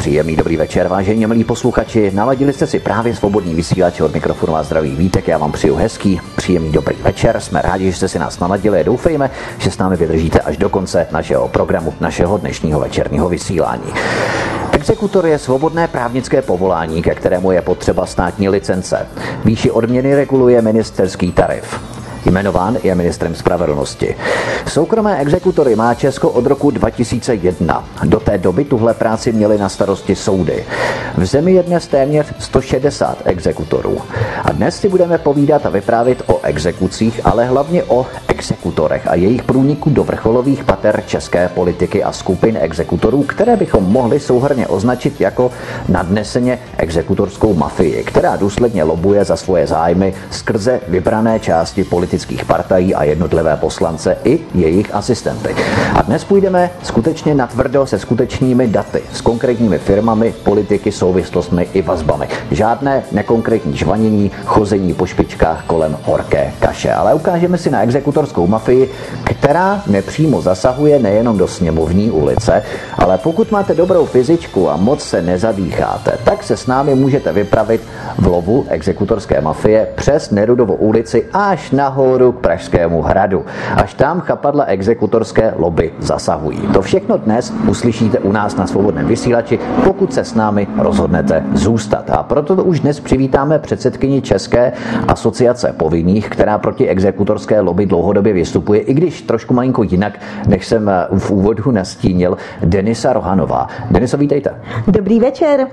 Příjemný dobrý večer, vážení milí posluchači. Naladili jste si právě svobodný vysílač, od mikrofonu vás zdraví Vítek. Já vám přeju hezký, příjemný dobrý večer. Jsme rádi, že jste si nás naladili a doufejme, že s námi vydržíte až do konce našeho programu, našeho dnešního večerního vysílání. Exekutor je svobodné právnické povolání, ke kterému je potřeba státní licence. Výši odměny reguluje ministerský tarif. Jmenován je ministrem spravedlnosti. Soukromé exekutory má Česko od roku 2001. Do té doby tuhle práci měly na starosti soudy. V zemi je dnes téměř 160 exekutorů. A dnes si budeme povídat a vyprávět o exekucích, ale hlavně o exekutorech a jejich průniku do vrcholových pater české politiky a skupin exekutorů, které bychom mohli souhrnně označit jako nadneseně exekutorskou mafii, která důsledně lobuje za svoje zájmy skrze vybrané části politických partají a jednotlivé poslance i jejich asistenty. A dnes půjdeme skutečně natvrdo se skutečnými daty, s konkrétními firmami, politiky, souvislostmi i vazbami. Žádné nekonkrétní žvanění, chození po špičkách kolem horké kaše. Ale ukážeme si na exekutorskou mafii, která nepřímo zasahuje nejenom do Sněmovní ulice, ale pokud máte dobrou fyzičku a moc se nezadýcháte, tak se s námi můžete vypravit v lovu exekutorské mafie přes Nerudovou ulici až nahoru k Pražskému hradu. Až tam chapadla exekutorské lobby zasahují. To všechno dnes uslyšíte u nás na svobodném vysílači, pokud se s námi rozhodnete zůstat. A proto už dnes přivítáme předsedkyni České asociace povinných, která proti exekutorské lobby dlouhodobě vystupuje, i když trošku malinko jinak, než jsem v úvodu nastínil, Denisa Rohanová. Deniso, vítejte. Dobrý večer.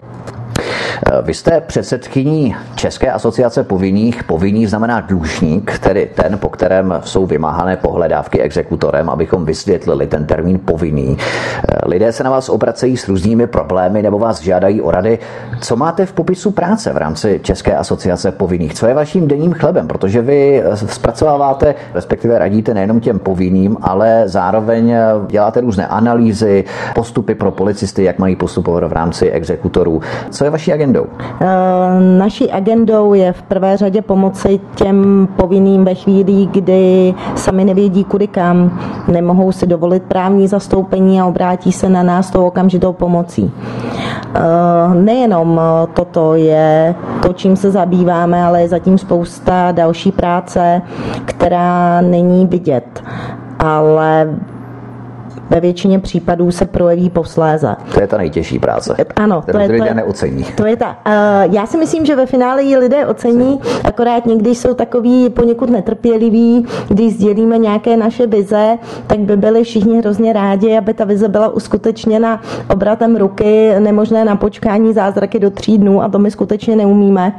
Vy jste předsedkyní České asociace povinných. Povinný znamená dlužník, tedy ten, po kterém jsou vymáhané pohledávky exekutorem, abychom vysvětlili ten termín povinný. Lidé se na vás obracejí s různými problémy nebo vás žádají o rady. Co máte v popisu práce v rámci České asociace povinných? Co je vaším denním chlebem? Protože vy zpracováváte, respektive radíte nejenom těm povinným, ale zároveň děláte různé analýzy, postupy pro policisty, jak mají postupovat v rámci exekutorů. Co je vaší agendou? Naší agendou je v prvé řadě pomoci těm povinným ve chvíli, kdy sami nevědí kudy kam, nemohou si dovolit právní zastoupení a obrátí se na nás tou okamžitou pomocí. Nejenom toto je to, čím se zabýváme, ale je zatím spousta další práce, která není vidět, ale ve většině případů se projeví posléze. To je ta nejtěžší práce. Ano, to lidé neocení. To je ta. Já si myslím, že ve finále ji lidé ocení, akorát někdy jsou takový poněkud netrpěliví, když sdělíme nějaké naše vize, tak by byli všichni hrozně rádi, aby ta vize byla uskutečněna obratem ruky, nemožné na počkání, zázraky do 3 dnů, a to my skutečně neumíme.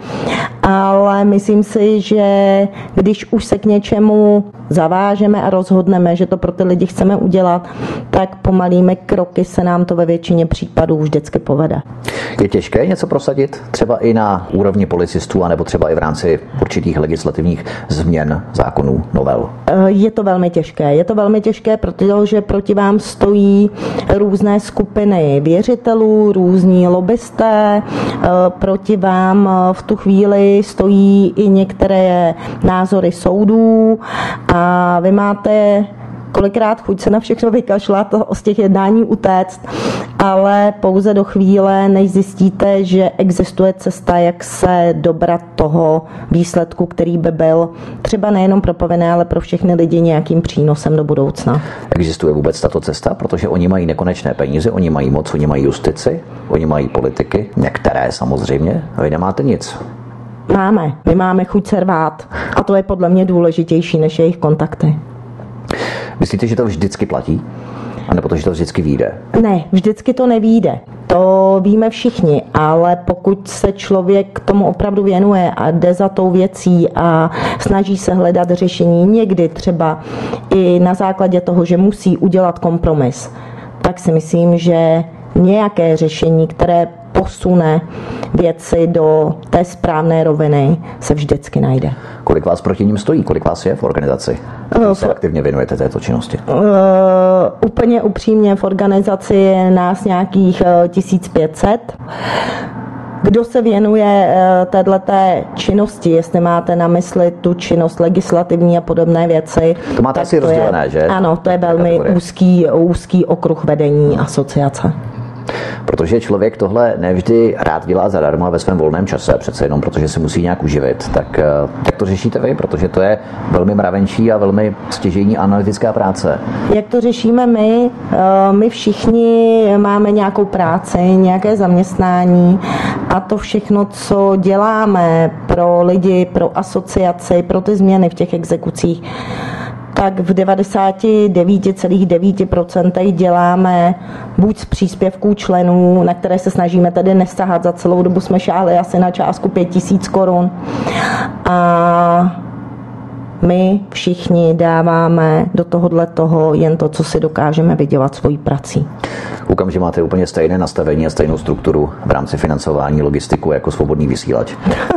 Ale myslím si, že když už se k něčemu zavážeme a rozhodneme, že to pro ty lidi chceme udělat, tak pomalými kroky se nám to ve většině případů vždycky povede. Je těžké něco prosadit? Třeba i na úrovni policistů, anebo třeba i v rámci určitých legislativních změn zákonů, novel? Je to velmi těžké. Je to velmi těžké, protože proti vám stojí různé skupiny věřitelů, různí lobbysté, proti vám v tu chvíli stojí i některé názory soudů a vy máte kolikrát chuť se na všechno vykašlat, z těch jednání utéct, ale pouze do chvíle, než zjistíte, že existuje cesta, jak se dobrat toho výsledku, který by byl třeba nejenom pro povinné, ale pro všechny lidi nějakým přínosem do budoucna. Existuje vůbec tato cesta? Protože oni mají nekonečné peníze, oni mají moc, oni mají justici, oni mají politiky, některé samozřejmě, a vy nemáte nic. Máme. My máme chuť se rvát a to je podle mě důležitější než jejich kontakty. Myslíte, že to vždycky platí? A nebo to, že to vždycky vyjde? Ne, vždycky to nevyjde. To víme všichni, ale pokud se člověk k tomu opravdu věnuje a jde za tou věcí a snaží se hledat řešení, někdy třeba i na základě toho, že musí udělat kompromis, tak si myslím, že nějaké řešení, které posune věci do té správné roviny, se vždycky najde. Kolik vás proti ním stojí? Kolik vás je v organizaci? Se aktivně věnujete této činnosti? Úplně upřímně v organizaci je nás nějakých 1500. Kdo se věnuje téhleté činnosti, jestli máte na mysli tu činnost legislativní a podobné věci. To máte asi rozdělené, že? Ano, to je velmi úzký okruh vedení asociace. Protože člověk tohle nevždy rád dělá zadarmo a ve svém volném čase, přece jenom protože se musí nějak uživit. Tak jak to řešíte vy? Protože to je velmi mravenčí a velmi stěžejní analytická práce. Jak to řešíme my? My všichni máme nějakou práci, nějaké zaměstnání a to všechno, co děláme pro lidi, pro asociaci, pro ty změny v těch exekucích, tak v 99,9% děláme buď z příspěvků členů, na které se snažíme tedy nesahat, za celou dobu jsme šáhli asi na částku 5 000 korun. A my všichni dáváme do toho jen to, co si dokážeme vydělat svojí prací. Koukám, že máte úplně stejné nastavení a stejnou strukturu v rámci financování logistiku jako Svobodný vysílač.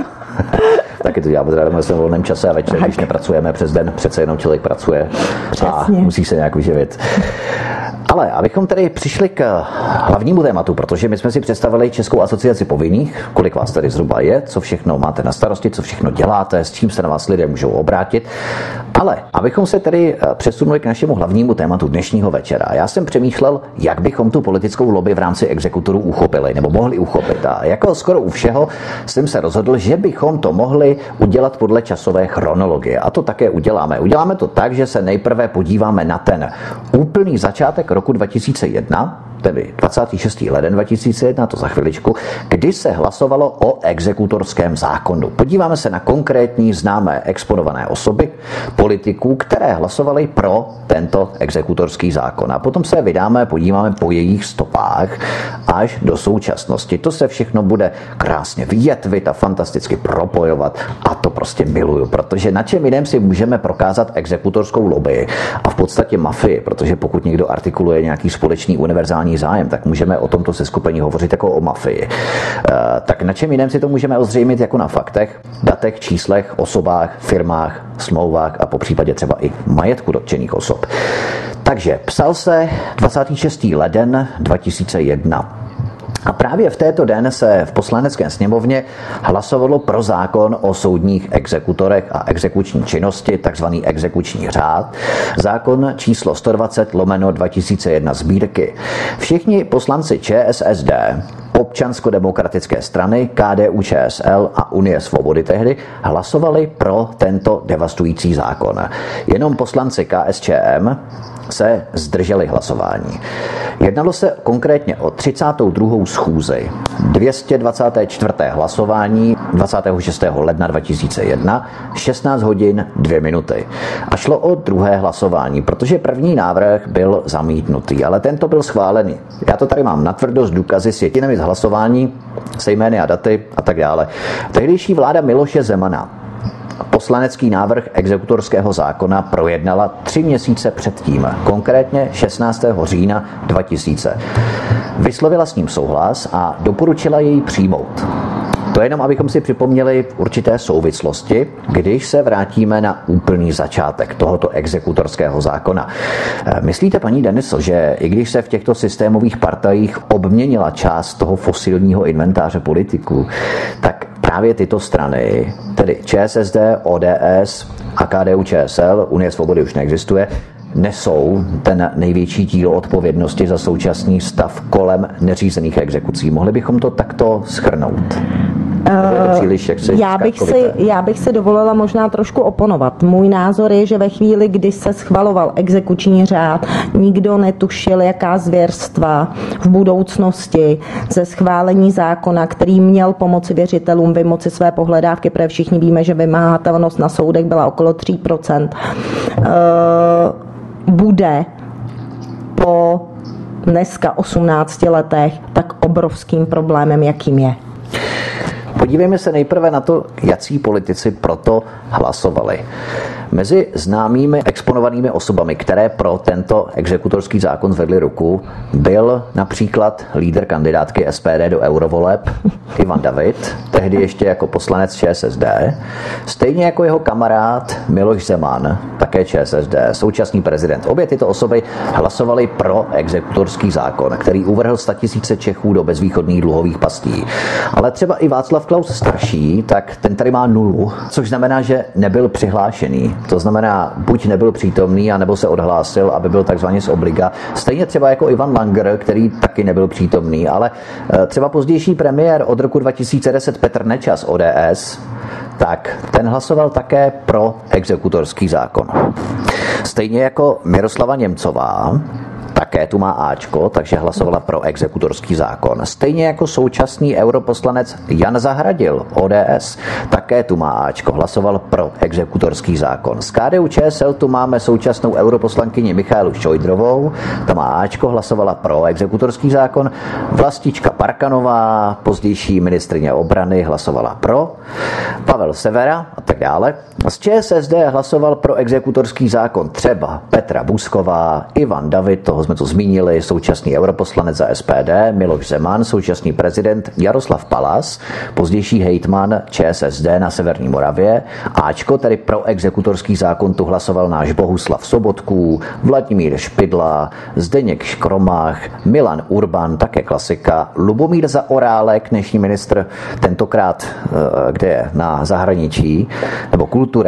Taky to děláme teda ve svém volném čase a večer, když nepracujeme přes den, přece jenom člověk pracuje a musí se nějak uživit. Ale abychom tedy přišli k hlavnímu tématu, protože my jsme si představili Českou asociaci povinných, kolik vás tady zhruba je, co všechno máte na starosti, co všechno děláte, s čím se na vás lidé můžou obrátit. Ale abychom se tedy přesunuli k našemu hlavnímu tématu dnešního večera. Já jsem přemýšlel, jak bychom tu politickou lobby v rámci exekutorů uchopili, nebo mohli uchopit. A jako skoro u všeho jsem se rozhodl, že bychom to mohli udělat podle časové chronologie. A to také uděláme. Uděláme to tak, že se nejprve podíváme na ten úplný začátek roku 2001, tedy 26. leden 2001, to za chviličku, kdy se hlasovalo o exekutorském zákonu. Podíváme se na konkrétní známé exponované osoby, politiků, které hlasovali pro tento exekutorský zákon. A potom se podíváme po jejich stopách až do současnosti. To se všechno bude krásně vyjetvit a fantasticky propojovat a to prostě miluju, protože na čem jiném si můžeme prokázat exekutorskou lobby a v podstatě mafii, protože pokud někdo artikuluje nějaký společný univerzální zájem, tak můžeme o tomto seskupení hovořit jako o mafii. Tak na čem jiném si to můžeme ozřejmit jako na faktech, datech, číslech, osobách, firmách, smlouvách a popřípadě třeba i majetku dotčených osob. Takže psal se 26. leden 2001. A právě v této den se v Poslanecké sněmovně hlasovalo pro zákon o soudních exekutorech a exekuční činnosti, takzvaný exekuční řád, zákon číslo 120/2001 sbírky. Všichni poslanci ČSSD, Občansko-demokratické strany, KDU-ČSL a Unie svobody tehdy hlasovali pro tento devastující zákon. Jenom poslanci KSČM se zdrželi hlasování. Jednalo se konkrétně o 32. schůzi, 224. hlasování 26. ledna 2001, 16 hodin 2 minuty. A šlo o druhé hlasování, protože první návrh byl zamítnutý, ale tento byl schválený. Já to tady mám natvrdo s důkazy, s sjetinami z hlasování, se jmény a daty a tak dále. Tehdejší vláda Miloše Zemana poslanecký návrh exekutorského zákona projednala 3 měsíce předtím, konkrétně 16. října 2000. Vyslovila s ním souhlas a doporučila jej přijmout. To jenom, abychom si připomněli určité souvislosti, když se vrátíme na úplný začátek tohoto exekutorského zákona. Myslíte, paní Deniso, že i když se v těchto systémových partajích obměnila část toho fosilního inventáře politiků, tak právě tyto strany, tedy ČSSD, ODS a KDU-ČSL, Unie svobody už neexistuje, nesou ten největší díl odpovědnosti za současný stav kolem neřízených exekucí. Mohli bychom to takto shrnout? Já bych si dovolila možná trošku oponovat. Můj názor je, že ve chvíli, kdy se schvaloval exekuční řád, nikdo netušil, jaká zvěrstva v budoucnosti ze schválení zákona, který měl pomoci věřitelům vymoci své pohledávky, protože všichni víme, že vymahatelnost na soudech byla okolo 3%, bude po dneska 18 letech tak obrovským problémem, jakým je. Podívejme se nejprve na to, jací politici proto hlasovali. Mezi známými exponovanými osobami, které pro tento exekutorský zákon zvedli ruku, byl například lídr kandidátky SPD do eurovoleb Ivan David, tehdy ještě jako poslanec ČSSD, stejně jako jeho kamarád Miloš Zeman, také ČSSD, současný prezident. Obě tyto osoby hlasovali pro exekutorský zákon, který uvrhl 100 000 Čechů do bezvýchodných dluhových pastí. Ale třeba i Václav Klaus starší, tak ten tady má 0, což znamená, že nebyl přihlášený To znamená, buď nebyl přítomný, anebo se odhlásil, aby byl takzvaně z obliga. Stejně třeba jako Ivan Langer, který taky nebyl přítomný, ale třeba pozdější premiér od roku 2010 Petr Nečas ODS, tak ten hlasoval také pro exekutorský zákon. Stejně jako Miroslava Němcová, také tu má Ačko, takže hlasovala pro exekutorský zákon. Stejně jako současný europoslanec Jan Zahradil, ODS, také tu má Ačko, hlasoval pro exekutorský zákon. Z KDU-ČSL tu máme současnou europoslankyni Michaelu Šojdrovou, ta má Ačko, hlasovala pro exekutorský zákon. Vlastička Parkanová, pozdější ministryně obrany, hlasovala pro. Pavel Severa a tak dále. Z ČSSD hlasoval pro exekutorský zákon třeba Petra Bůzková, Ivan David, toho jsme to zmínili, současný europoslanec za SPD, Miloš Zeman, současný prezident Jaroslav Palas, pozdější hejtman ČSSD na Severní Moravě. Ačko, tedy pro exekutorský zákon, tu hlasoval náš Bohuslav Sobotků, Vladimír Špidla, Zdeněk Škromach, Milan Urban, také klasika, Lubomír Zaorálek, dnešní ministr, tentokrát, kde je, na zahraničí, nebo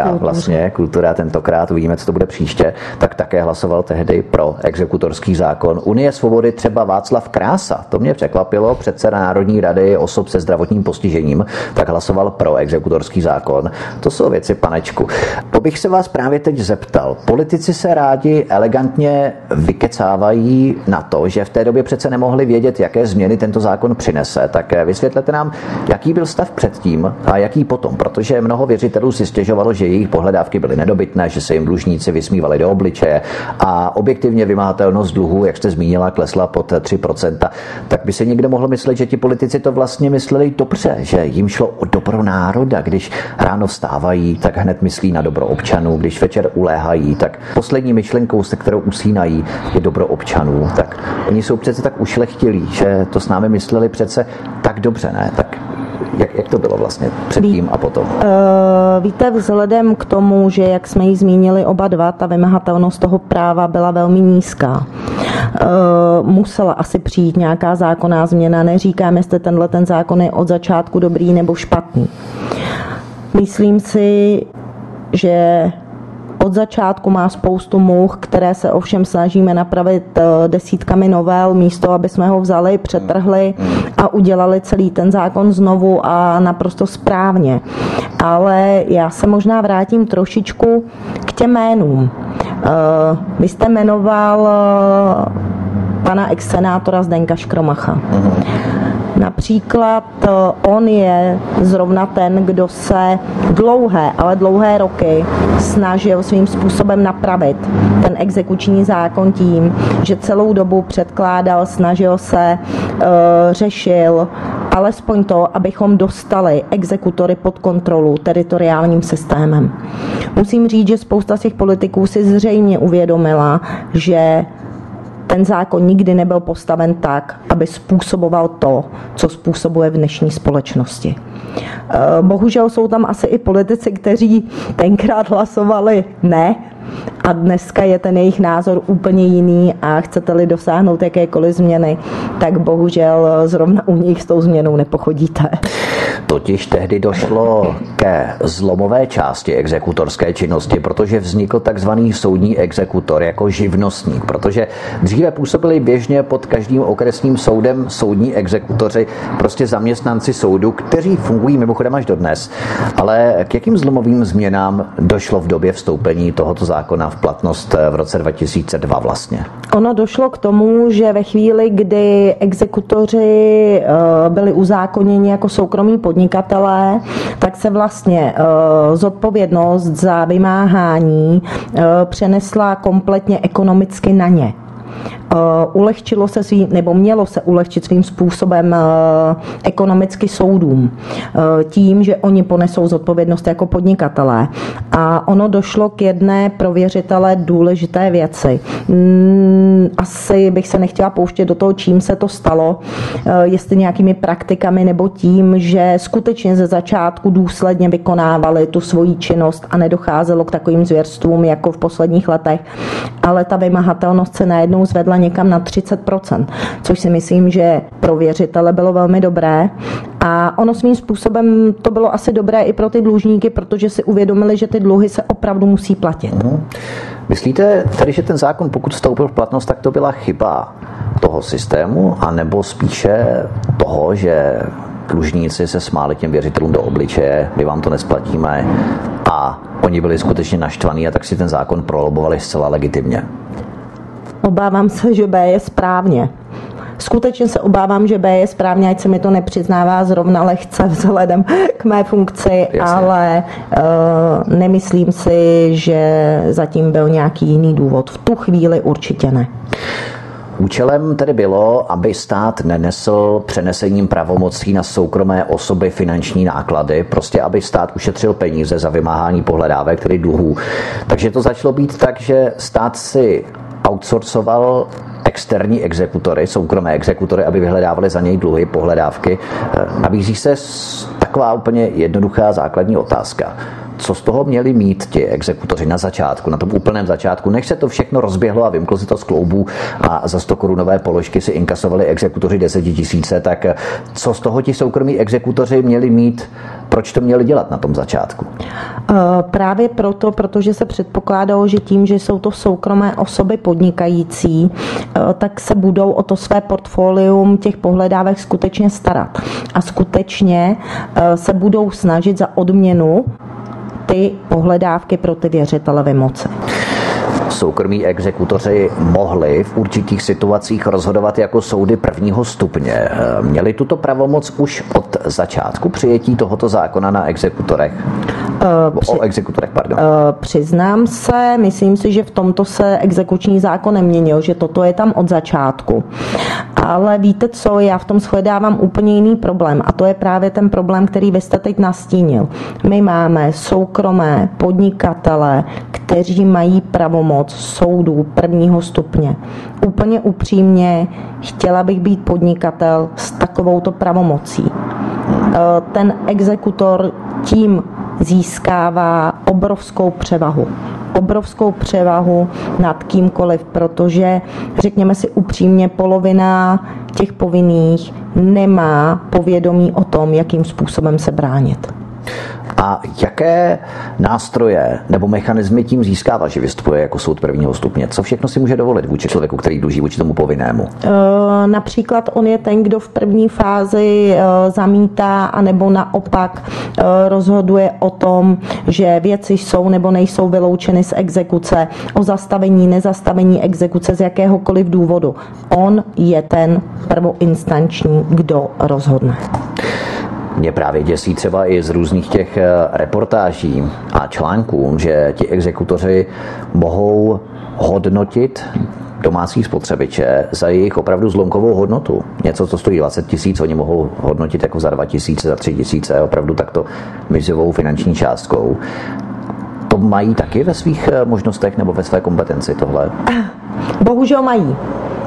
kultura tentokrát, uvidíme, co to bude příště, tak také hlasoval tehdy pro exekutorský zákon. Unie svobody třeba Václav Krása, to mě překvapilo, předseda Národní rady osob se zdravotním postižením, tak hlasoval pro exekutorský zákon. To jsou věci, panečku. To bych se vás právě teď zeptal. Politici se rádi elegantně vykecávají na to, že v té době přece nemohli vědět, jaké změny tento zákon přinese. Tak vysvětlete nám, jaký byl stav předtím a jaký potom, protože mnoho věřitelů si stěžovalo, že jejich pohledávky byly nedobytné, že se jim dlužníci vysmívali do obličeje a objektivně vymahatelnost dluhů, jak jste zmínila, klesla pod 3%. Tak by se někdo mohl myslet, že ti politici to vlastně mysleli dobře, že jim šlo o dobro národa. Když ráno vstávají, tak hned myslí na dobro občanů. Když večer uléhají, tak poslední myšlenkou, se kterou usínají, je dobro občanů. Tak oni jsou přece tak ušlechtilí, že to s námi mysleli přece tak dobře, ne? Tak jak to bylo vlastně předtím a potom? Víte, vzhledem k tomu, že jak jsme ji zmínili oba dva, ta vymahatelnost toho práva byla velmi nízká. Musela asi přijít nějaká zákonná změna. Neříkám, jestli ten zákon je od začátku dobrý nebo špatný. Myslím si, že od začátku má spoustu much, které se ovšem snažíme napravit desítkami novel, místo aby jsme ho vzali, přetrhli a udělali celý ten zákon znovu a naprosto správně. Ale já se možná vrátím trošičku k těm jménům. Vy jste jmenoval pana ex-senátora Zdeňka Škromacha. Například on je zrovna ten, kdo se dlouhé roky snažil svým způsobem napravit ten exekuční zákon tím, že celou dobu předkládal, snažil se, řešil alespoň to, abychom dostali exekutory pod kontrolu teritoriálním systémem. Musím říct, že spousta z těch politiků si zřejmě uvědomila, že ten zákon nikdy nebyl postaven tak, aby způsoboval to, co způsobuje v dnešní společnosti. Bohužel jsou tam asi i politici, kteří tenkrát hlasovali ne, a dneska je ten jejich názor úplně jiný a chcete-li dosáhnout jakékoliv změny, tak bohužel zrovna u nich s tou změnou nepochodíte. Totiž tehdy došlo ke zlomové části exekutorské činnosti, protože vznikl takzvaný soudní exekutor jako živnostník, protože dříve působili běžně pod každým okresním soudem soudní exekutoři, prostě zaměstnanci soudu, kteří fungují mimochodem až dodnes. Ale k jakým zlomovým změnám došlo v době vstoupení tohoto zákona v platnost v roce 2002 vlastně? Ono došlo k tomu, že ve chvíli, kdy exekutoři byli uzákoněni jako soukromí podnikatelé, tak se vlastně zodpovědnost za vymáhání přenesla kompletně ekonomicky na ně. Ulehčilo se mělo se ulehčit svým způsobem ekonomicky soudům tím, že oni ponesou zodpovědnost jako podnikatelé. A ono došlo k jedné pro věřitele důležité věci. Asi bych se nechtěla pouštět do toho, čím se to stalo, jestli nějakými praktikami nebo tím, že skutečně ze začátku důsledně vykonávali tu svoji činnost a nedocházelo k takovým zvěrstvům jako v posledních letech, ale ta vymahatelnost se najednou zvedla někam na 30%, což si myslím, že pro věřitele bylo velmi dobré. A ono svým způsobem to bylo asi dobré i pro ty dlužníky, protože si uvědomili, že ty dluhy se opravdu musí platit. Myslíte tedy, že ten zákon, pokud vstoupil v platnost, tak to byla chyba toho systému, anebo spíše toho, že dlužníci se smáli těm věřitelům do obličeje, my vám to nesplatíme, a oni byli skutečně naštvaní a tak si ten zákon prolobovali zcela legitimně? Obávám se, že B je správně. Skutečně se obávám, že B je správně, ať se mi to nepřiznává zrovna lehce vzhledem k mé funkci, jasně. Ale nemyslím si, že zatím byl nějaký jiný důvod. V tu chvíli určitě ne. Účelem tedy bylo, aby stát nenesl přenesením pravomocí na soukromé osoby finanční náklady, prostě aby stát ušetřil peníze za vymáhání pohledávek, tedy dluhů. Takže to začalo být tak, že stát si outsourcoval externí exekutory, soukromé exekutory, aby vyhledávali za něj dluhy, pohledávky. Nabízí se taková úplně jednoduchá základní otázka. Co z toho měli mít ti exekutoři na začátku, na tom úplném začátku, než se to všechno rozběhlo a vymklo si to z kloubů a za 100 korunové položky si inkasovali exekutoři 10 000, tak co z toho ti soukromí exekutoři měli mít, proč to měli dělat na tom začátku? Právě proto, protože se předpokládalo, že tím, že jsou to soukromé osoby podnikající, tak se budou o to své portfolium těch pohledávek skutečně starat. A skutečně se budou snažit za odměnu ty pohledávky pro ty věřitele vymoci. Soukromí exekutoři mohli v určitých situacích rozhodovat jako soudy prvního stupně. Měli tuto pravomoc už od začátku přijetí tohoto zákona na exekutorech? O exekutorech, pardon. Přiznám se, myslím si, že v tomto se exekuční zákon neměnil, že toto je tam od začátku. Ale víte co, já v tom shledávám úplně jiný problém a to je právě ten problém, který vy jste teď nastínil. My máme soukromé podnikatele, kteří mají pravomoc soudů prvního stupně. Úplně upřímně chtěla bych být podnikatel s takovouto pravomocí. Ten exekutor tím získává obrovskou převahu nad kýmkoliv, protože, řekněme si upřímně, polovina těch povinných nemá povědomí o tom, jakým způsobem se bránit. A jaké nástroje nebo mechanismy tím získává, že vystupuje jako soud prvního stupně? Co všechno si může dovolit vůči člověku, který dluží, vůči tomu povinnému? Například on je ten, kdo v první fázi zamítá, anebo naopak rozhoduje o tom, že věci jsou nebo nejsou vyloučeny z exekuce, o zastavení, nezastavení exekuce z jakéhokoliv důvodu. On je ten prvoinstanční, kdo rozhodne. Mě právě děsí třeba i z různých těch reportáží a článků, že ti exekutoři mohou hodnotit domácí spotřebiče za jejich opravdu zlomkovou hodnotu. Něco, co stojí 20 000, oni mohou hodnotit jako za 2 000, za 3 000, opravdu takto mizivou finanční částkou. To mají taky ve svých možnostech nebo ve své kompetenci tohle? Bohužel mají.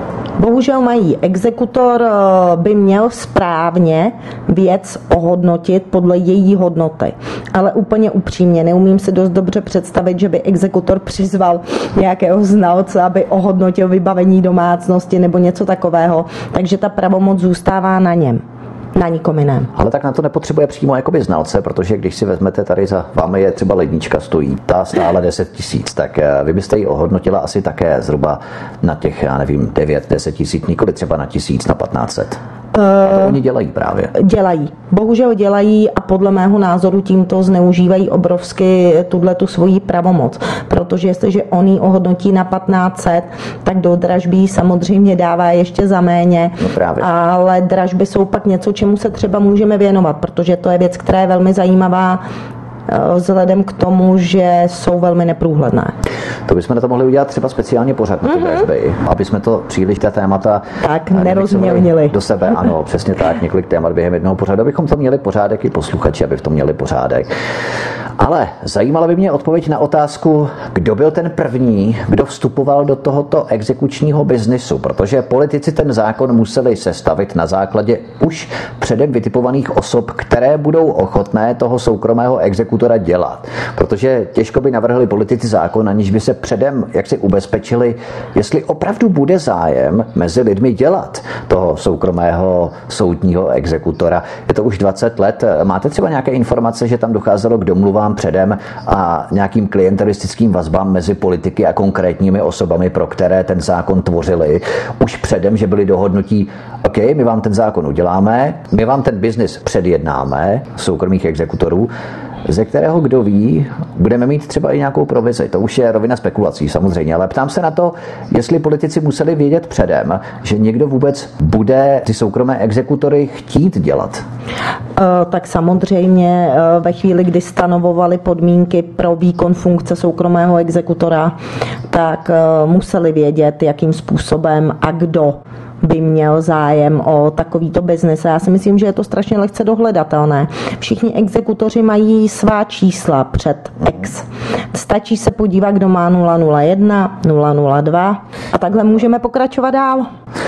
Exekutor by měl správně věc ohodnotit podle její hodnoty. Ale úplně upřímně, neumím si dost dobře představit, že by exekutor přizval nějakého znalce, aby ohodnotil vybavení domácnosti nebo něco takového. Takže ta pravomoc zůstává na něm. Na nikom jiném. Ale tak na to nepotřebuje přímo jakoby znalce, protože když si vezmete tady za vámi je třeba lednička stojí, ta stála 10 000, tak vy byste ji ohodnotila asi také zhruba na těch, 9-10 000, nikoli třeba na 1000, na 1500. To oni dělají právě. Bohužel dělají a podle mého názoru tímto zneužívají obrovsky tu svoji pravomoc. Protože jestliže on ji ohodnotí na 1500, tak do dražby samozřejmě dává ještě za méně. No právě. Ale dražby jsou pak něco, čemu se třeba můžeme věnovat, protože to je věc, která je velmi zajímavá vzhledem k tomu, že jsou velmi neprůhledné. To bychom na to mohli udělat třeba speciálně pořad na ty dražby, aby jsme to příliš ta témata tak nerozmělnili do sebe. Ano, přesně tak, několik témat během jednoho pořadu, abychom to měli pořádek i posluchači, aby v tom měli pořádek. Ale zajímala by mě odpověď na otázku, kdo byl ten první, kdo vstupoval do tohoto exekučního biznisu, protože politici ten zákon museli sestavit na základě už předem vytipovaných osob, které budou ochotné toho soukromého exekutora exekutora dělat? Protože těžko by navrhli politici zákon, aniž by se předem jaksi ubezpečili, jestli opravdu bude zájem mezi lidmi dělat toho soukromého soudního exekutora. Je to už 20 let. Máte třeba nějaké informace, že tam docházelo k domluvám předem a nějakým klientelistickým vazbám mezi politiky a konkrétními osobami, pro které ten zákon tvořili už předem, že byli dohodnutí, OK, my vám ten zákon uděláme, my vám ten biznis předjednáme, soukromých exekutorů, ze kterého, kdo ví, budeme mít třeba i nějakou provizi. To už je rovina spekulací samozřejmě, ale ptám se na to, jestli politici museli vědět předem, že někdo vůbec bude ty soukromé exekutory chtít dělat. Tak samozřejmě ve chvíli, kdy stanovovali podmínky pro výkon funkce soukromého exekutora, tak museli vědět, jakým způsobem a kdo by měl zájem o takovýto biznis. Já si myslím, že je to strašně lehce dohledatelné. Všichni exekutoři mají svá čísla před X. Stačí se podívat, kdo má 001, 002 a takhle můžeme pokračovat dál.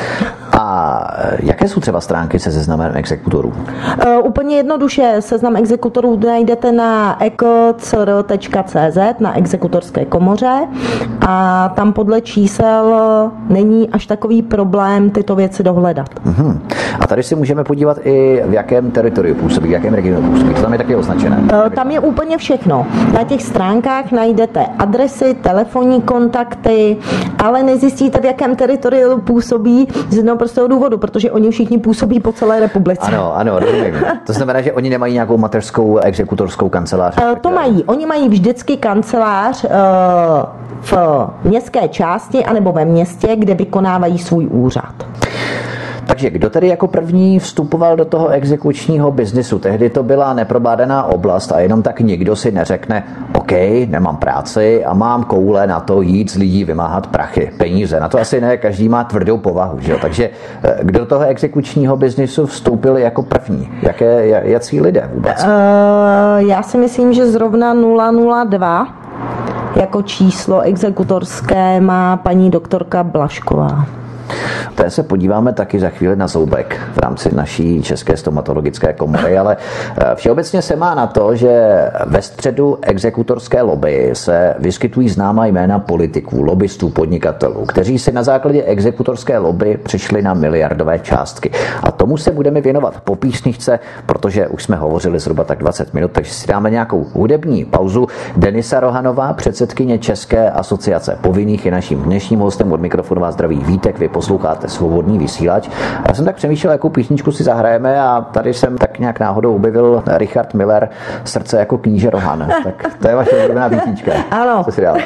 A jaké jsou třeba stránky se seznamem exekutorů? Úplně jednoduše, seznam exekutorů najdete na ekcr.cz, na exekutorské komoře, a tam podle čísel není až takový problém tyto věci dohledat. A tady si můžeme podívat i, v jakém teritoriu působí, v jakém regionu působí. To tam je taky označené. Tam je úplně všechno. Na těch stránkách najdete adresy, telefonní kontakty, ale nezjistíte, v jakém teritoriu působí z jednoho prostého důvodu, protože oni všichni působí po celé republice. Ano, rozumím. To znamená, že oni nemají nějakou mateřskou exekutorskou kancelář? To mají. Oni mají vždycky kancelář v městské části anebo ve městě, kde vykonávají svůj úřad. Takže kdo tedy jako první vstupoval do toho exekučního biznisu? Tehdy to byla neprobádaná oblast a jenom tak nikdo si neřekne, OK, nemám práci a mám koule na to jít z lidí vymáhat prachy, peníze. Na to asi ne, každý má tvrdou povahu. Že jo? Takže kdo do toho exekučního biznisu vstoupil jako první? Jací lidé vůbec? Já si myslím, že zrovna 002 jako číslo exekutorské má paní doktorka Blašková. Té se podíváme taky za chvíli na zoubek v rámci naší České stomatologické komory, ale všeobecně se má na to, že ve středu exekutorské lobby se vyskytují známá jména politiků, lobbystů, podnikatelů, kteří si na základě exekutorské lobby přišli na miliardové částky. A tomu se budeme věnovat po písničce, protože už jsme hovořili zhruba tak 20 minut, takže si dáme nějakou hudební pauzu. Denisa Rohanová, předsedkyně České asociace povinných, je naším dnešním hostem. Od mikrofonu vás zdraví Vítek, vy posloucháte Svobodný vysílač. Já jsem tak přemýšlel, jakou písničku si zahrajeme, a tady jsem tak nějak náhodou objevil Richard Miller, Srdce jako kníže Rohan. Tak to je vaše oblíbená písnička. Ano. Co si dál?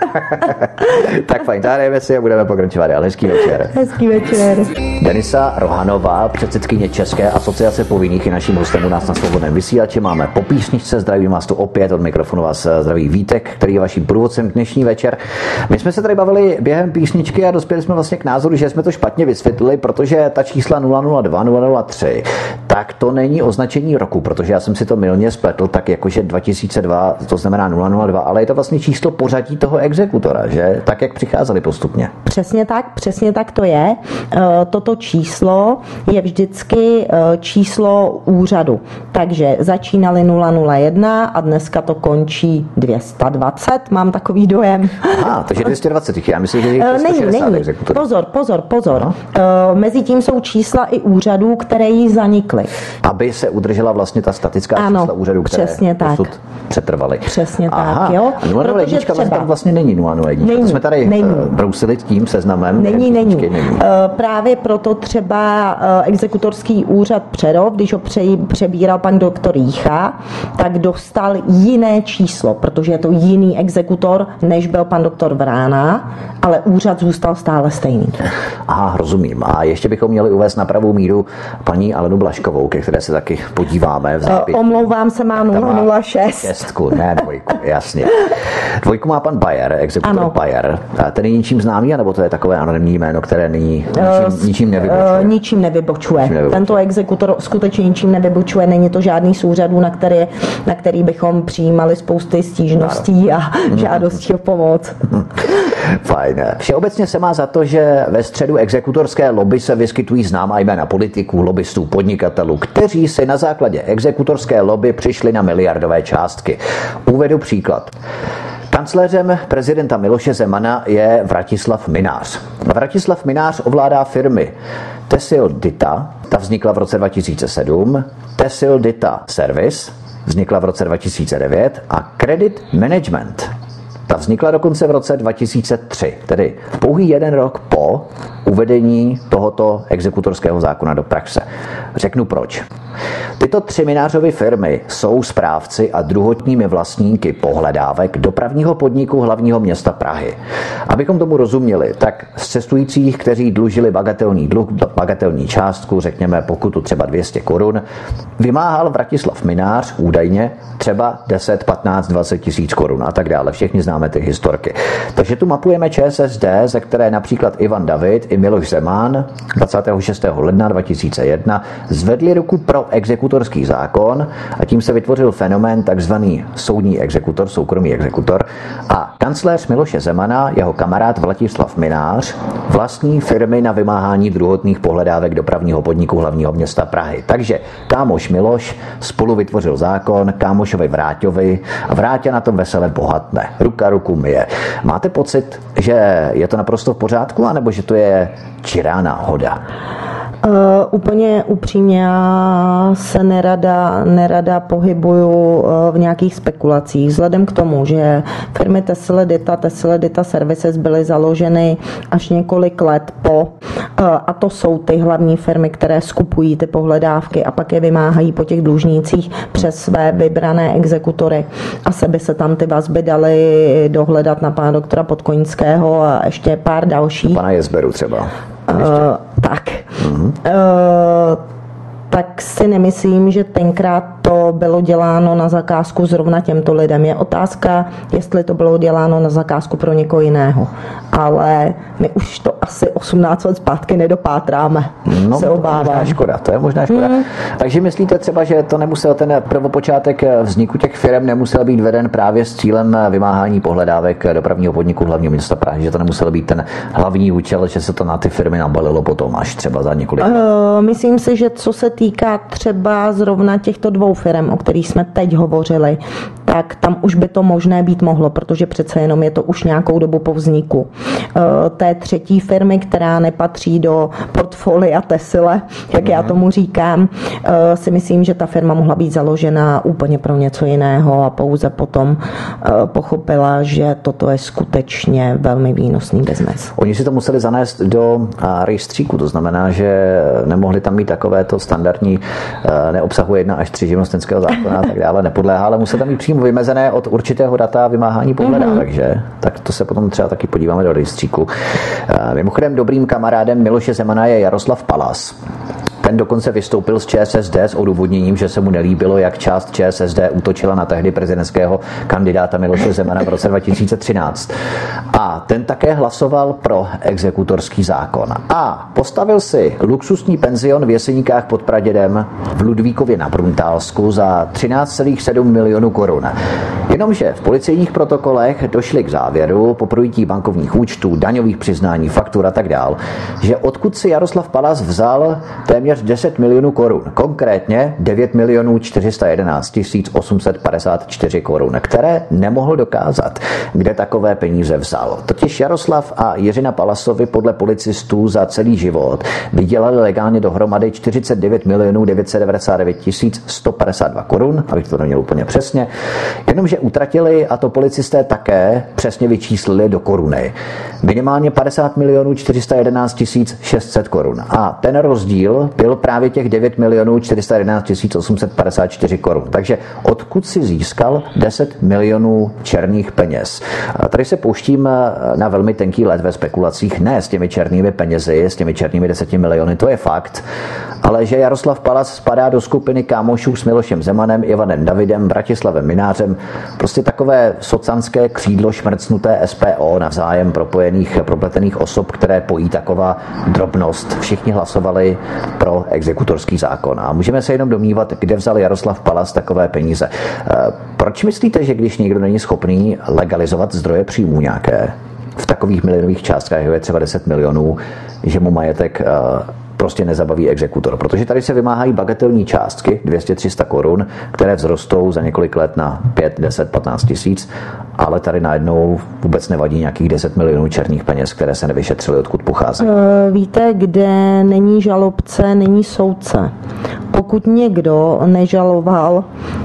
Tak fajn, zahrajeme si a budeme pokračovat. Hezký večer. Hezký večer. Denisa Rohanová, předsedkyně České asociace povinných, je naším hostem u nás na Svobodném vysílači. Máme po písničce, zdravím vás tu opět, od mikrofonu vás zdraví Vítek, který je vaším průvodcem dnešní večer. My jsme se tady bavili během písničky a dospěli jsme vlastně k názoru, že jsme to špatně vysvětlili, protože ta čísla 002, 003, tak to není označení roku, protože já jsem si to mylně spletl, tak jakože 2002, to znamená 002, ale je to vlastně číslo pořadí toho exekutora, že? Tak, jak přicházeli postupně. Přesně tak to je. Toto číslo je vždycky číslo úřadu. Takže začínali 001 a dneska to končí 220, mám takový dojem. Aha, takže 220, já myslím, že je 260 exekutorů. Pozor. Mezitím jsou čísla i úřadů, které jí zanikly. Aby se udržela vlastně ta statická čísla úřadů, které dosud přetrvaly. Přesně tak, jo. 001 tam vlastně není 001. To jsme tady brousili tím seznamem. Není. Právě proto třeba exekutorský úřad Přerov, když ho přebíral pan doktor Jícha, tak dostal jiné číslo, protože je to jiný exekutor, než byl pan doktor Vrána, ale úřad zůstal stále stejný. Aha, rozumím. A ještě bychom měli uvést na pravou míru paní Alenu Blaškovou, ke které se taky podíváme v zápětí. Omlouvám se, má 006. Ne, dvojku. Jasně. Dvojku má pan Bayer, exekutor Bayer. Ten je ničím známý, anebo to je takové anonymní jméno, které není ničím nevybočuje? Ničím nevybočuje. Tento exekutor skutečně ničím nevybočuje. Není to žádný z úřadů, na který bychom přijímali spousty stížností a žádostí o pomoc. Fajn. Všeobecně se má za to, že ve středu exekutorské lobby se vyskytují známá jména politiků, lobbystů, podnikatelů, kteří si na základě exekutorské lobby přišli na miliardové částky. Uvedu příklad. Kancléřem prezidenta Miloše Zemana je Vratislav Mynář. Vratislav Mynář ovládá firmy Tesil Dita, ta vznikla v roce 2007, Tesil Dita Service, vznikla v roce 2009 a Credit Management, ta vznikla dokonce v roce 2003, tedy pouhý 1 rok po uvedení tohoto exekutorského zákona do praxe. Řeknu proč. Tyto 3 Mynářovy firmy jsou správci a druhotními vlastníky pohledávek dopravního podniku hlavního města Prahy. Abychom tomu rozuměli, tak z cestujících, kteří dlužili bagatelní dluh, bagatelní částku, řekněme pokutu třeba 200 korun, vymáhal Vratislav Mynář údajně třeba 10, 15, 20 tisíc korun a tak dále. Všichni známe ty historky. Takže tu mapujeme ČSSD, ze které například Ivan David i Miloš Zeman 26. ledna 2001 zvedli ruku pro exekutorský zákon a tím se vytvořil fenomén takzvaný soudní exekutor, soukromý exekutor a kancléř Miloše Zemana, jeho kamarád Vratislav Mynář, vlastní firmy na vymáhání druhotných pohledávek dopravního podniku hlavního města Prahy. Takže kámoš Miloš spolu vytvořil zákon, kámošovi Vráťovi a Vráťa na tom vesele bohatne. Ruka ruku myje. Máte pocit, že je to naprosto v pořádku, anebo že to je čirá náhoda? Úplně upřímně, já se nerada pohybuju v nějakých spekulacích. Vzhledem k tomu, že firmy Tesil Dita Services byly založeny až několik let po, a to jsou ty hlavní firmy, které skupují ty pohledávky a pak je vymáhají po těch dlužnících přes své vybrané exekutory. Asi by se tam ty vazby daly dohledat na pana doktora Podkoňského a ještě pár dalších. Pana Jezberu třeba. Tak. Tak si nemyslím, že tenkrát to bylo děláno na zakázku zrovna těmto lidem. Je otázka, jestli to bylo děláno na zakázku pro někoho jiného. Ale my už to asi 18 let zpátky nedopátráme. No, se obávám. To je možná škoda. Takže myslíte třeba, že to nemusel ten prvopočátek vzniku těch firm nemusel být veden právě s cílem vymáhání pohledávek dopravního podniku hlavního města Prahy, že to nemusel být ten hlavní účel, že se to na ty firmy nabalilo potom až třeba za několik let? Myslím si, že co se týká třeba zrovna těchto 2 firm, o kterých jsme teď hovořili, tak tam už by to možné být mohlo, protože přece jenom je to už nějakou dobu po vzniku. Té 3. firmy, která nepatří do portfolia Tesile, jak já tomu říkám, si myslím, že ta firma mohla být založena úplně pro něco jiného a pouze potom pochopila, že toto je skutečně velmi výnosný biznes. Oni si to museli zanést do rejstříku, to znamená, že nemohli tam mít takovéto standardní, neobsahuje 1 až 3 živnostenského zákona a tak dále, nepodléhá, ale museli tam mít přímo vymezené od určitého data vymáhání pohledávek, že? Tak to se potom třeba taky podíváme do rejstříku. Mimochodem dobrým kamarádem Miloše Zemana je Jaroslav Palas. Ten dokonce vystoupil z ČSSD s odůvodněním, že se mu nelíbilo, jak část ČSSD útočila na tehdy prezidentského kandidáta Miloše Zemana v roce 2013. A ten také hlasoval pro exekutorský zákon. A postavil si luxusní penzion v Jeseníkách pod Pradědem v Ludvíkově na Bruntálsku za 13,7 milionů korun. Jenomže v policejních protokolech došli k závěru po projití bankovních účtů, daňových přiznání, faktur a tak dál, že odkud si Jaroslav Palas vzal téměř 10 milionů korun, konkrétně 9 milionů 411 854 korun, které nemohl dokázat, kde takové peníze vzal. Totiž Jaroslav a Jiřina Palasovi podle policistů za celý život vydělali legálně dohromady 49 milionů 999 152 korun, abych to neměl úplně přesně, jenomže utratili, a to policisté také přesně vyčíslili do koruny, minimálně 50 milionů 411 600 korun. A ten rozdíl byl byl právě těch 9 milionů 411 854 korun. Takže odkud si získal 10 milionů černých peněz? A tady se pouštím na velmi tenký led ve spekulacích, ne s těmi černými penězi, s těmi černými 10 miliony, to je fakt, ale že Jaroslav Palas spadá do skupiny kámošů s Milošem Zemanem, Ivanem Davidem, Bratislavem Minářem, prostě takové socanské křídlo šmrcnuté SPO, navzájem propojených, propletených osob, které pojí taková drobnost. Všichni hlasovali pro exekutorský zákon a můžeme se jenom domnívat, kde vzal Jaroslav Palas takové peníze. Proč myslíte, že když někdo není schopný legalizovat zdroje příjmů nějaké v takových milionových částkách, jako je třeba 10 milionů, že mu majetek prostě nezabaví exekutor? Protože tady se vymáhají bagatelní částky, 200-300 korun, které vzrostou za několik let na 5, 10, 15 tisíc, ale tady najednou vůbec nevadí nějakých 10 milionů černých peněz, které se nevyšetřily, odkud pochází. Víte, kde není žalobce, není soudce. Pokud někdo nežaloval,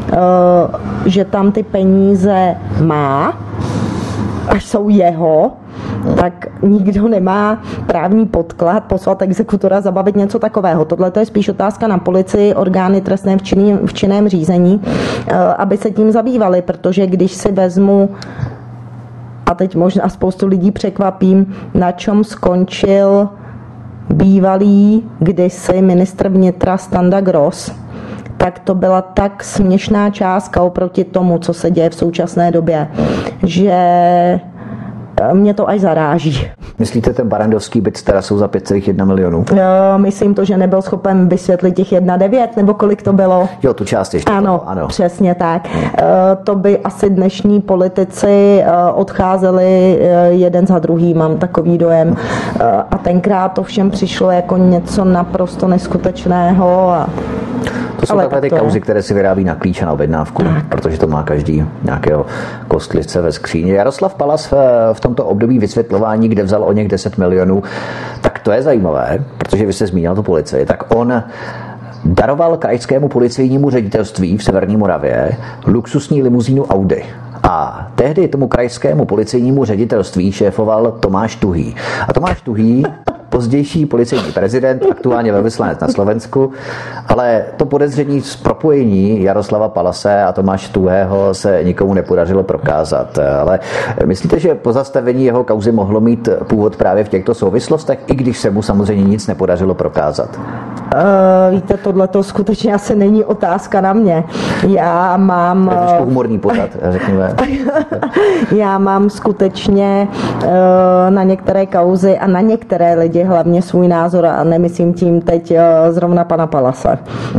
že tam ty peníze má, až jsou jeho, tak nikdo nemá právní podklad poslat exekutora zabavit něco takového. Tohle to je spíš otázka na policii, orgány trestné v činném řízení, aby se tím zabývali, protože když si vezmu, a teď možná spoustu lidí překvapím, na čem skončil bývalý kdysi ministr vnitra Standa Gross, tak to byla tak směšná částka oproti tomu, co se děje v současné době, že mě to až zaráží. Myslíte ten barandovský byt s terasou za 5,1 milionů? Myslím to, že nebyl schopen vysvětlit těch 1,9 nebo kolik to bylo. Jo, tu část ještě. Ano, přesně tak. To by asi dnešní politici odcházeli jeden za druhý, mám takový dojem. A tenkrát to všem přišlo jako něco naprosto neskutečného. To jsou takové ty kauzy, které si vyrábí na klíč a na objednávku, protože to má každý nějakého kostlivce ve skříni. Jaroslav Palas v tomto období vysvětlování, kde vzal o něch 10 milionů, tak to je zajímavé, protože vy jste zmínil tu policii, tak on daroval krajskému policejnímu ředitelství v Severní Moravě luxusní limuzínu Audi. A tehdy tomu krajskému policejnímu ředitelství šéfoval Tomáš Tuhý. A Tomáš Tuhý, pozdější policejní prezident, aktuálně velvyslanec na Slovensku, ale to podezření z propojení Jaroslava Palase a Tomáše Tuhého se nikomu nepodařilo prokázat. Ale myslíte, že pozastavení jeho kauzy mohlo mít původ právě v těchto souvislostech, i když se mu samozřejmě nic nepodařilo prokázat? Víte, tohleto skutečně asi není otázka na mě. Já mám... To je trošku humorní pořad, řekněme. Já mám skutečně na některé kauzy a na některé lidi hlavně svůj názor a nemyslím tím teď zrovna pana Palase.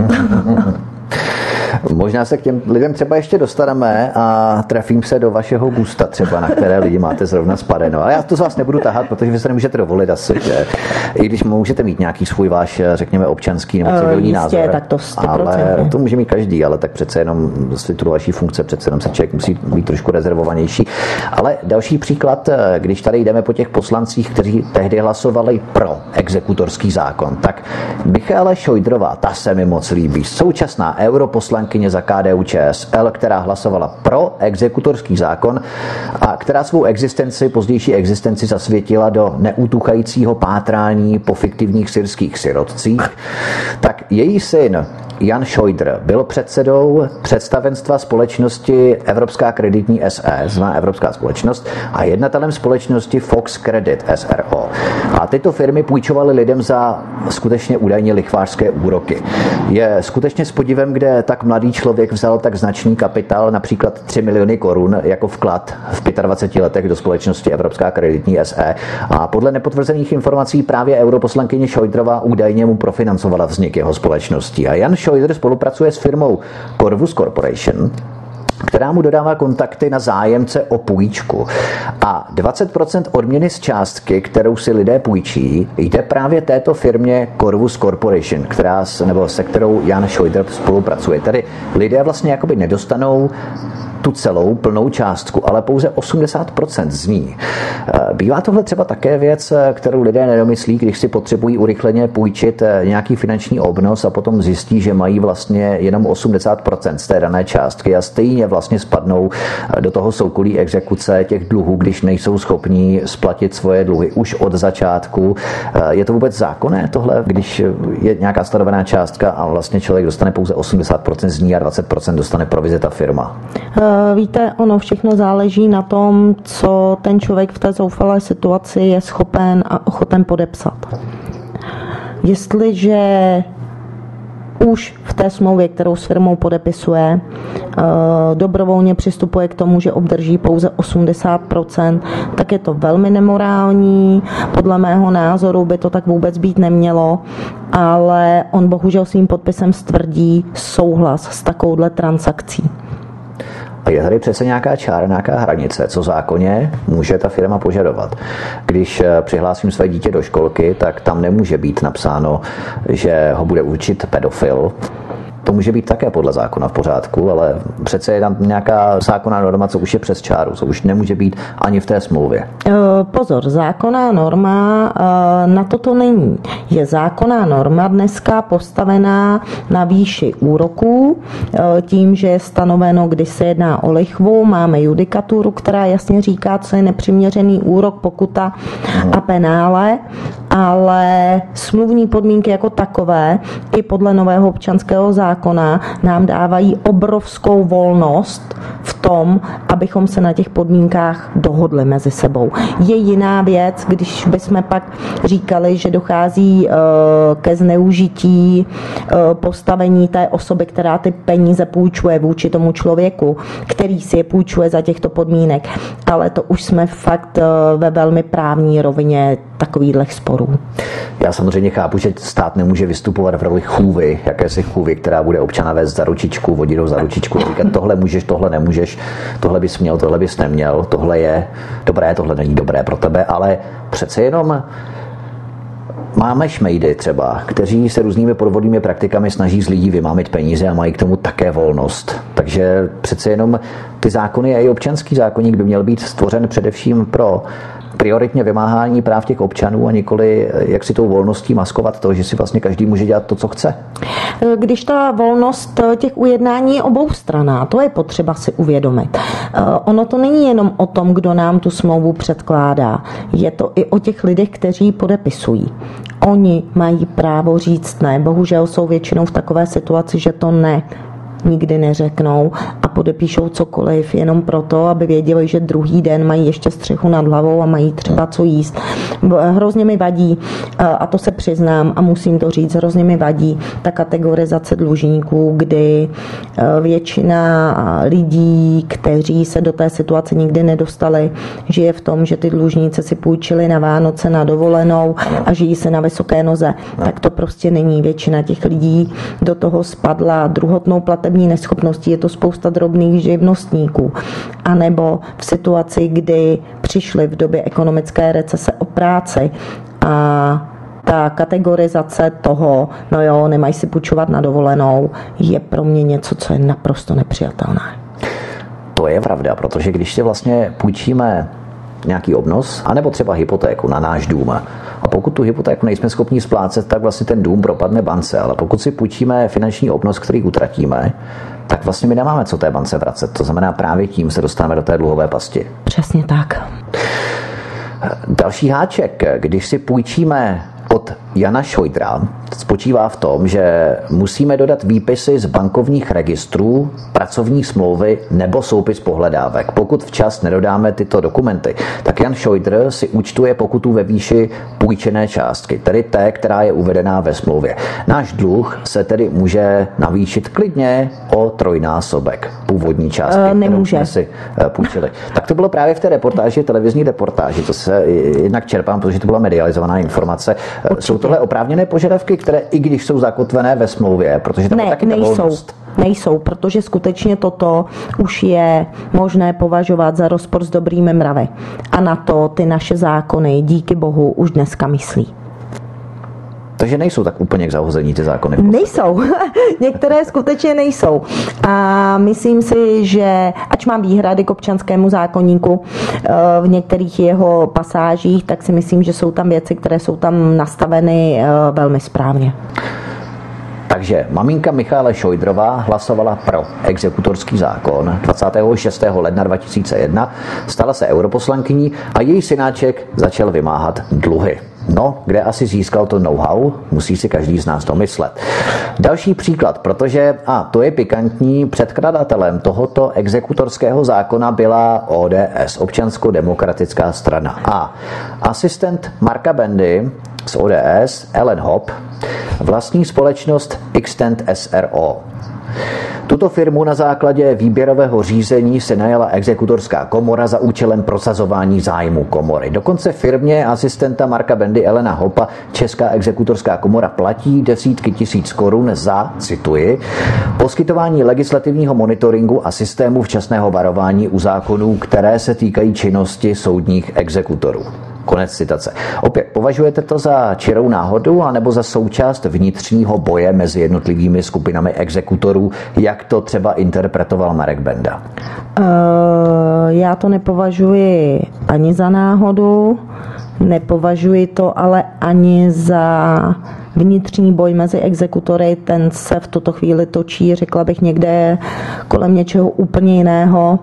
Možná se k těm lidem třeba ještě dostaneme a trefím se do vašeho gusta třeba, na které lidi máte zrovna spadeno. Ale já to z vás nebudu tahat, protože vy se nemůžete dovolit asi, že? I když můžete mít nějaký svůj váš, řekněme, občanský nebo civilní názor. Tak to 100%. Ale to může mít každý, ale tak přece jenom z titulu vaší funkce přece jenom se člověk musí být trošku rezervovanější. Ale další příklad, když tady jdeme po těch poslancích, kteří tehdy hlasovali pro exekutorský zákon, tak Michaela Šojdrová, ta se mi moc líbí, současná europoslankyně za KDU-ČSL, která hlasovala pro exekutorský zákon a která svou pozdější existenci zasvětila do neutuchajícího pátrání po fiktivních syrských sirotcích, tak její syn Jan Šojdr byl předsedou představenstva společnosti Evropská kreditní SE, zvaná Evropská společnost, a jednatelem společnosti Fox Credit SRO. A tyto firmy půjčovaly lidem za skutečně údajně lichvářské úroky. Je skutečně s podivem, kde tak mladý člověk vzal tak značný kapitál, například 3 miliony korun jako vklad v 25 letech do společnosti Evropská kreditní SE. A podle nepotvrzených informací právě europoslankyně Šojdrová údajně mu profinancovala vznik jeho společnosti. A Jan Šojdr spolupracuje s firmou Corvus Corporation, která mu dodává kontakty na zájemce o půjčku. A 20% odměny z částky, kterou si lidé půjčí, jde právě této firmě Corvus Corporation, se kterou Jan Šojdr spolupracuje. Tedy lidé vlastně jakoby nedostanou tu celou plnou částku, ale pouze 80% z ní. Bývá tohle třeba také věc, kterou lidé nedomyslí, když si potřebují urychleně půjčit nějaký finanční obnos a potom zjistí, že mají vlastně jenom 80% z té dané částky a stejně vlastně spadnou do toho soukolí exekuce těch dluhů, když nejsou schopní splatit svoje dluhy už od začátku. Je to vůbec zákonné tohle, když je nějaká stanovená částka a vlastně člověk dostane pouze 80% z ní a 20% dostane provize ta firma? Víte, ono všechno záleží na tom, co ten člověk v té zoufalé situaci je schopen a ochoten podepsat. Jestliže už v té smlouvě, kterou s firmou podepisuje, dobrovolně přistupuje k tomu, že obdrží pouze 80%, tak je to velmi nemorální. Podle mého názoru by to tak vůbec být nemělo, ale on bohužel svým podpisem stvrdí souhlas s takovouhle transakcí. A je tady přece nějaká čára, nějaká hranice, co zákonně může ta firma požadovat. Když přihlásím své dítě do školky, tak tam nemůže být napsáno, že ho bude učit pedofil. To může být také podle zákona v pořádku, ale přece je tam nějaká zákonná norma, co už je přes čáru, co už nemůže být ani v té smlouvě. Pozor, zákonná norma na toto není. Je zákonná norma dneska postavená na výši úroků, tím, že je stanoveno, když se jedná o lichvu, máme judikaturu, která jasně říká, co je nepřiměřený úrok, pokuta a penále, ale smluvní podmínky jako takové i podle nového občanského zákona nám dávají obrovskou volnost v tom, abychom se na těch podmínkách dohodli mezi sebou. Je jiná věc, když bychom pak říkali, že dochází ke zneužití postavení té osoby, která ty peníze půjčuje vůči tomu člověku, který si je půjčuje za těchto podmínek. Ale to už jsme fakt ve velmi právní rovině takovýchhle sporů. Já samozřejmě chápu, že stát nemůže vystupovat v roli chůvy, jakési chůvy, která bude občana vést za ručičku, vodit ho za ručičku, říkat tohle můžeš, tohle nemůžeš, tohle bys měl, tohle bys neměl, tohle je dobré, tohle není dobré pro tebe, ale přece jenom máme šmejdy třeba, kteří se různými podvodnými praktikami snaží z lidí vymámit peníze a mají k tomu také volnost. Takže přece jenom ty zákony a i občanský zákoník by měl být stvořen především pro prioritně vymáhání práv těch občanů a nikoli jak si tou volností maskovat to, že si vlastně každý může dělat to, co chce. Když ta volnost těch ujednání je oboustranná, to je potřeba si uvědomit. Ono to není jenom o tom, kdo nám tu smlouvu předkládá. Je to i o těch lidech, kteří podepisují. Oni mají právo říct ne. Bohužel jsou většinou v takové situaci, že to ne nikdy neřeknou a podepíšou cokoliv jenom proto, aby věděli, že druhý den mají ještě střechu nad hlavou a mají třeba co jíst. Hrozně mi vadí, a to se přiznám a musím to říct, hrozně mi vadí ta kategorizace dlužníků, kdy většina lidí, kteří se do té situace nikdy nedostali, žije v tom, že ty dlužníci si půjčili na Vánoce, na dovolenou a žijí se na vysoké noze. Tak to prostě není. Většina těch lidí do toho spadla druhotnou platební neschopností, je to spousta drobných živnostníků. A nebo v situaci, kdy přišli v době ekonomické recese o práci a ta kategorizace toho, no jo, nemají si půjčovat na dovolenou, je pro mě něco, co je naprosto nepřijatelné. To je pravda, protože když si vlastně půjčíme nějaký obnos, anebo třeba hypotéku na náš dům. A pokud tu hypotéku nejsme schopni splácet, tak vlastně ten dům propadne bance. Ale pokud si půjčíme finanční obnos, který utratíme, tak vlastně my nemáme co té bance vracet. To znamená, právě tím se dostaneme do té dluhové pasti. Přesně tak. Další háček, když si půjčíme od Jana Šojdra, spočívá v tom, že musíme dodat výpisy z bankovních registrů, pracovní smlouvy nebo soupis pohledávek. Pokud včas nedodáme tyto dokumenty, tak Jan Šojdr si účtuje pokutu ve výši půjčené částky, tedy té, která je uvedená ve smlouvě. Náš dluh se tedy může navýšit klidně o trojnásobek původní částky, kterou jsme si půjčili. Tak to bylo právě v té reportáži, televizní reportáži, to se jednak čerpám, protože to byla medializovaná informace. Určitě. Jsou tohle oprávněné požadavky, které i když jsou zakotvené ve smlouvě, protože tam je taky ta volnost? Nejsou, protože skutečně toto už je možné považovat za rozpor s dobrými mravy. A na to ty naše zákony, díky bohu, už dneska myslí. Takže nejsou tak úplně k zahození ty zákony. Nejsou. Některé skutečně nejsou. A myslím si, že ač mám výhrady k občanskému zákoníku v některých jeho pasážích, tak si myslím, že jsou tam věci, které jsou tam nastaveny velmi správně. Takže maminka Michaela Šojdrová hlasovala pro exekutorský zákon 26. ledna 2001, stala se europoslankyní a její synáček začal vymáhat dluhy. No, kde asi získal to know-how, musí si každý z nás domyslet. Další příklad, protože, a to je pikantní, předkladatelem tohoto exekutorského zákona byla ODS, Občansko-demokratická strana. A asistent Marka Bendy z ODS, Ellen Hopp, vlastní společnost Xtend SRO. Tuto firmu na základě výběrového řízení se najala exekutorská komora za účelem prosazování zájmu komory. Dokonce firmě asistenta Marka Bendy Ellena Hoppa Česká exekutorská komora platí desítky tisíc korun za, cituji, poskytování legislativního monitoringu a systému včasného varování u zákonů, které se týkají činnosti soudních exekutorů. Konec citace. Opět, považujete to za čirou náhodu anebo za součást vnitřního boje mezi jednotlivými skupinami exekutorů, jak to třeba interpretoval Marek Benda? Já to nepovažuji ani za náhodu, nepovažuji to ale ani za vnitřní boj mezi exekutory, ten se v tuto chvíli točí, řekla bych, někde kolem něčeho úplně jiného.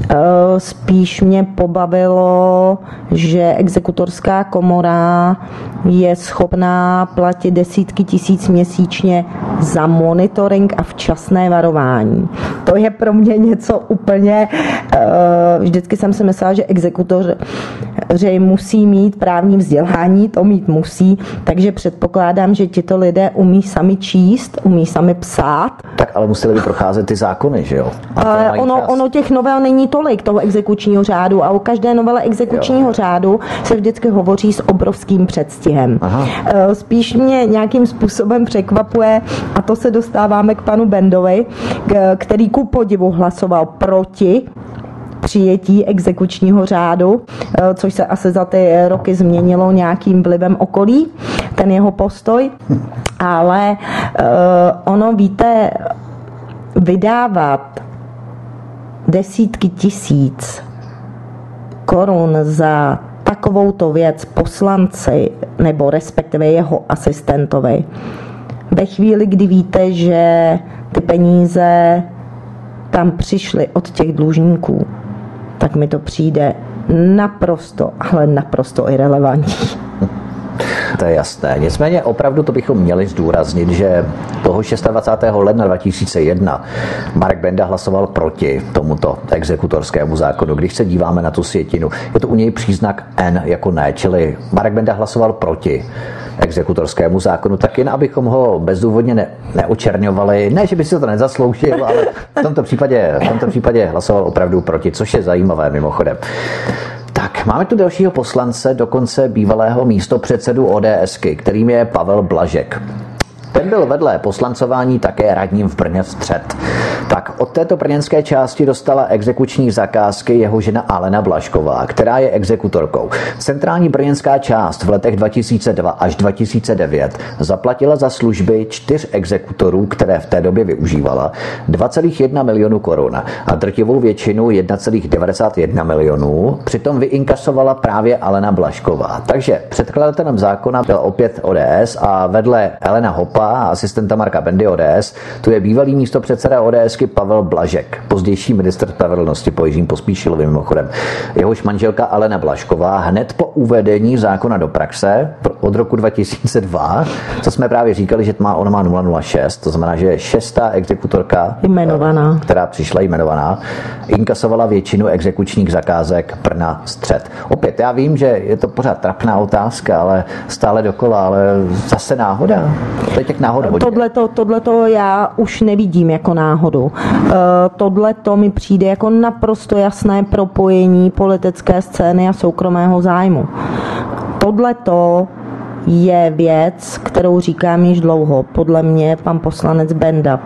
Spíš mě pobavilo, že exekutorská komora je schopná platit desítky tisíc měsíčně za monitoring a včasné varování. To je pro mě něco úplně, vždycky jsem si myslela, že exekutoři musí mít právní vzdělání, to mít musí, takže předpokládám, že tito lidé umí sami číst, umí sami psát. Tak ale museli by procházet ty zákony, že jo? Ono těch novel není tolik, toho exekučního řádu, a o každé novele exekučního řádu se vždycky hovoří s obrovským předstihem. Aha. Spíš mě nějakým způsobem překvapuje, a to se dostáváme k panu Bendovi, který ku podivu hlasoval proti přijetí exekučního řádu, což se asi za ty roky změnilo nějakým vlivem okolí, ten jeho postoj. Ale ono, víte, vydávat desítky tisíc korun za takovouto věc poslanci, nebo respektive jeho asistentovi, ve chvíli, kdy víte, že ty peníze tam přišly od těch dlužníků, tak mi to přijde naprosto, ale naprosto irelevantní. To je jasné. Nicméně opravdu to bychom měli zdůraznit, že toho 26. ledna 2001 Marek Benda hlasoval proti tomuto exekutorskému zákonu. Když se díváme na tu sjetinu, je to u něj příznak N jako ne, čili Marek Benda hlasoval proti exekutorskému zákonu, tak jen abychom ho bezdůvodně neočerňovali. Ne, že by si to nezasloužil, ale v tomto případě hlasoval opravdu proti, což je zajímavé mimochodem. Tak, máme tu dalšího poslance, dokonce bývalého místopředsedu ODSky, kterým je Pavel Blažek. Ten byl vedle poslancování také radním v Brně Střed. Tak od této brněnské části dostala exekuční zakázky jeho žena Alena Blažková, která je exekutorkou. Centrální brněnská část v letech 2002 až 2009 zaplatila za služby 4 exekutorů, které v té době využívala, 2,1 milionu korun a drtivou většinu 1,91 milionů. Přitom vyinkasovala právě Alena Blažková. Takže předkladatelem zákona byl opět ODS a vedle Ellena Hoppa a asistenta Marka Bendy ODS, tu je bývalý místopředseda ODSky Pavel Blažek, pozdější ministr spravedlnosti po Jiřím Pospíšilovi mimochodem. Jehož manželka Alena Blažková hned po uvedení zákona do praxe od roku 2002, co jsme právě říkali, že ona má 006, to znamená, že je 6. exekutorka jmenovaná, která přišla jmenovaná, inkasovala většinu exekučních zakázek Brna Střed. Opět, já vím, že je to pořád trapná otázka, ale stále dokola, ale zase náhoda. Tohleto já už nevidím jako náhodu. Tohleto mi přijde jako naprosto jasné propojení politické scény a soukromého zájmu. Tohleto je věc, kterou říkám již dlouho. Podle mě pan poslanec Benda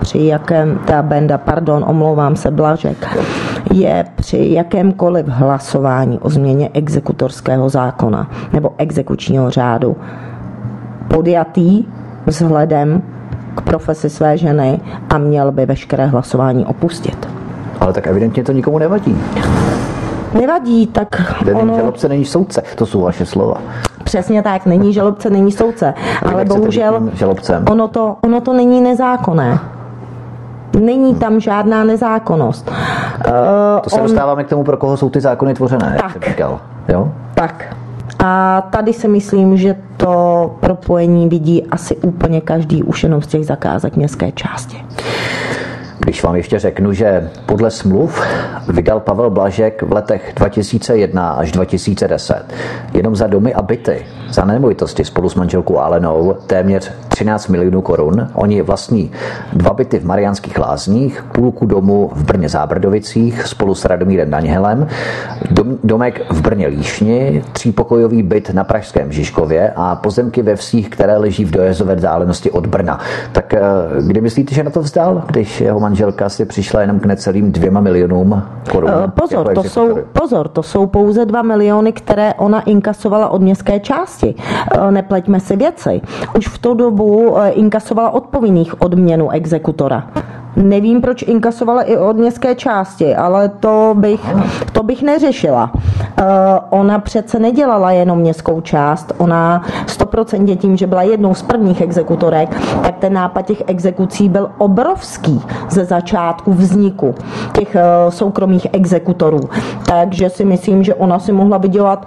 Blažek, je při jakémkoliv hlasování o změně exekutorského zákona nebo exekučního řádu podjatý vzhledem k profesi své ženy a měl by veškeré hlasování opustit. Ale tak evidentně to nikomu nevadí. Nevadí, tak ono... Žalobce není soudce, to jsou vaše slova. Přesně tak, není žalobce, není soudce. Ale bohužel ono to není nezákonné. Není tam žádná nezákonnost. To se dostáváme k tomu, pro koho jsou ty zákony tvořené, jak jsem říkal. Jo? Tak. A tady si myslím, že to propojení vidí asi úplně každý už jenom z těch zakázek městské části. Když vám ještě řeknu, že podle smluv vydal Pavel Blažek v letech 2001 až 2010 jenom za domy a byty, za nemovitosti spolu s manželkou Alenou téměř 13 milionů korun. Oni vlastní 2 byty v Mariánských Lázních, půlku domu v Brně Zábrdovicích spolu s Radomírem Daňhelem, domek v Brně Líšni, 3pokojový byt na pražském Žižkově a pozemky ve vsích, které leží v dojezdové vzdálenosti od Brna. Tak kdy myslíte, že na to vzdal, když jeho manželka si přišla jenom k necelým 2 milionům korun? Pozor, to jsou pouze 2 miliony, které ona inkasovala od městské části. Nepleťme si věci. Už v tu dobu inkasovala od povinných odměnu exekutora. Nevím, proč inkasovala i od městské části, ale to bych neřešila. Ona přece nedělala jenom městskou část, ona 100% tím, že byla jednou z prvních exekutorek, tak ten nápad těch exekucí byl obrovský ze začátku vzniku těch soukromých exekutorů. Takže si myslím, že ona si mohla vydělat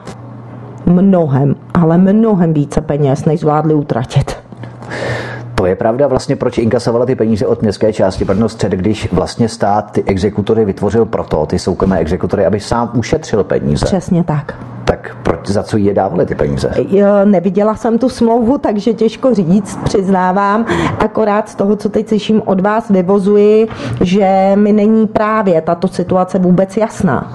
mnohem více peněz, než zvládli utratit. To je pravda vlastně, proč inkasovala ty peníze od městské části Brno střed, když vlastně stát ty exekutory vytvořil proto, ty soukromé exekutory, aby sám ušetřil peníze. Přesně tak. Tak za co jí dávali ty peníze? Neviděla jsem tu smlouvu, takže těžko říct, přiznávám. Akorát z toho, co teď slyším od vás, vyvozuji, že mi není právě tato situace vůbec jasná.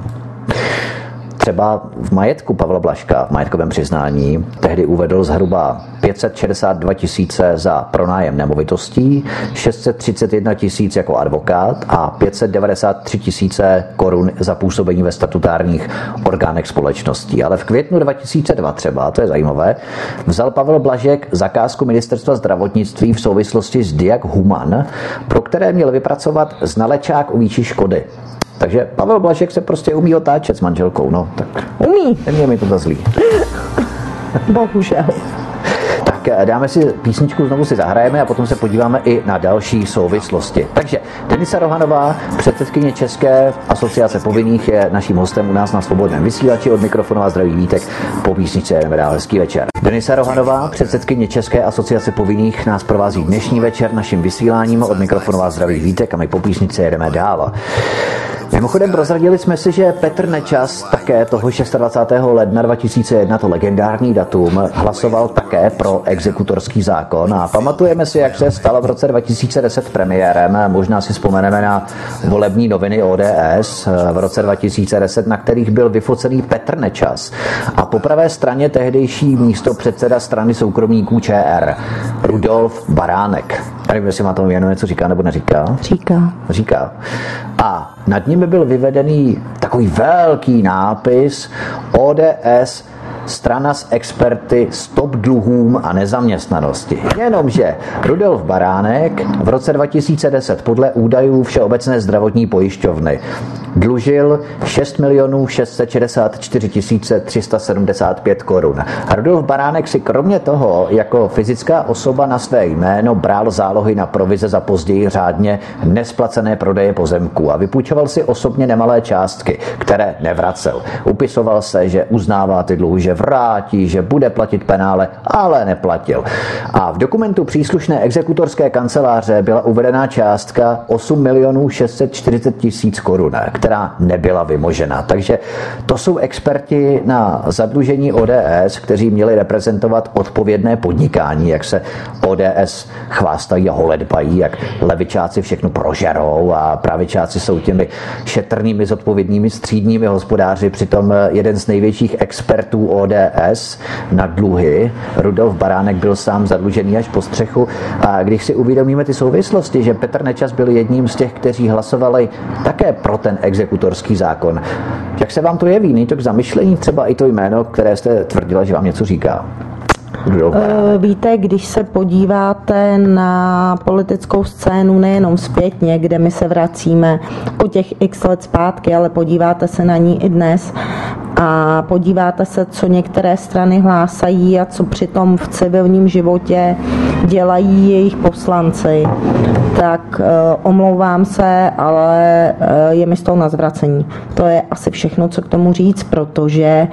Třeba v majetku Pavla Blažka, v majetkovém přiznání, tehdy uvedl zhruba 562 000 za pronájem nemovitostí, 631 000 jako advokát a 593 000 korun za působení ve statutárních orgánech společností. Ale v květnu 2002 třeba, to je zajímavé, vzal Pavel Blažek zakázku Ministerstva zdravotnictví v souvislosti s Diag Human, pro které měl vypracovat znalečák o výši škody. Takže Pavel Blažek se prostě umí otáčet s manželkou, no. Tak umí. Neměl mi to za zlý. Bohužel. Tak dáme si písničku, znovu si zahrajeme a potom se podíváme i na další souvislosti. Takže Denisa Rohanová, předsedkyně České asociace povinných, je naším hostem u nás na Svobodném vysílači. Od mikrofonu a zdravý Vítek, po písničce jdeme dál. Hezký večer. Denisa Rohanová, předsedkyně České asociace povinných, nás provází dnešní večer naším vysíláním. Od mikrofonu a zdravý Vítek a my po písničce jedeme dál. Mimochodem prozradili jsme si, že Petr Nečas také toho 26. ledna 2001, to legendární datum, hlasoval také pro exekutorský zákon a pamatujeme si, jak se stalo v roce 2010 premiérem. Možná si vzpomeneme na volební noviny ODS v roce 2010, na kterých byl vyfocený Petr Nečas a po pravé straně tehdejší místopředseda strany soukromníků ČR Rudolf Baránek. Nevím, jestli má tomu jméno něco říká nebo neříká. Říká. A nad ním byl vyvedený takový velký nápis ODS strana s experty stop dluhům a nezaměstnanosti. Jenomže Rudolf Baránek v roce 2010 podle údajů Všeobecné zdravotní pojišťovny dlužil 6 664 375 korun. A Rudolf Baránek si kromě toho jako fyzická osoba na své jméno bral zálohy na provize za později řádně nesplacené prodeje pozemků a vypůjčoval si osobně nemalé částky, které nevracel. Upisoval se, že uznává ty dluhy, že vrátí, že bude platit penále, ale neplatil. A v dokumentu příslušné exekutorské kanceláře byla uvedená částka 8 640 000 korun, která nebyla vymožena. Takže to jsou experti na zadlužení ODS, kteří měli reprezentovat odpovědné podnikání, jak se ODS chvástají a holedbají, jak levičáci všechno prožerou a pravičáci jsou těmi šetrnými, zodpovědnými, střídními hospodáři. Přitom jeden z největších expertů ODS na dluhy, Rudolf Baránek, byl sám zadlužený až po střechu. A když si uvědomíme ty souvislosti, že Petr Nečas byl jedním z těch, kteří hlasovali také pro ten exekutorský zákon, jak se vám to jeví? Není to k zamyšlení třeba i to jméno, které jste tvrdila, že vám něco říká? Víte, když se podíváte na politickou scénu nejenom zpětně, kde my se vracíme o těch x let zpátky, ale podíváte se na ní i dnes a podíváte se, co některé strany hlásají a co přitom v civilním životě dělají jejich poslanci, tak omlouvám se, ale je mi z toho na zvracení. To je asi všechno, co k tomu říct, protože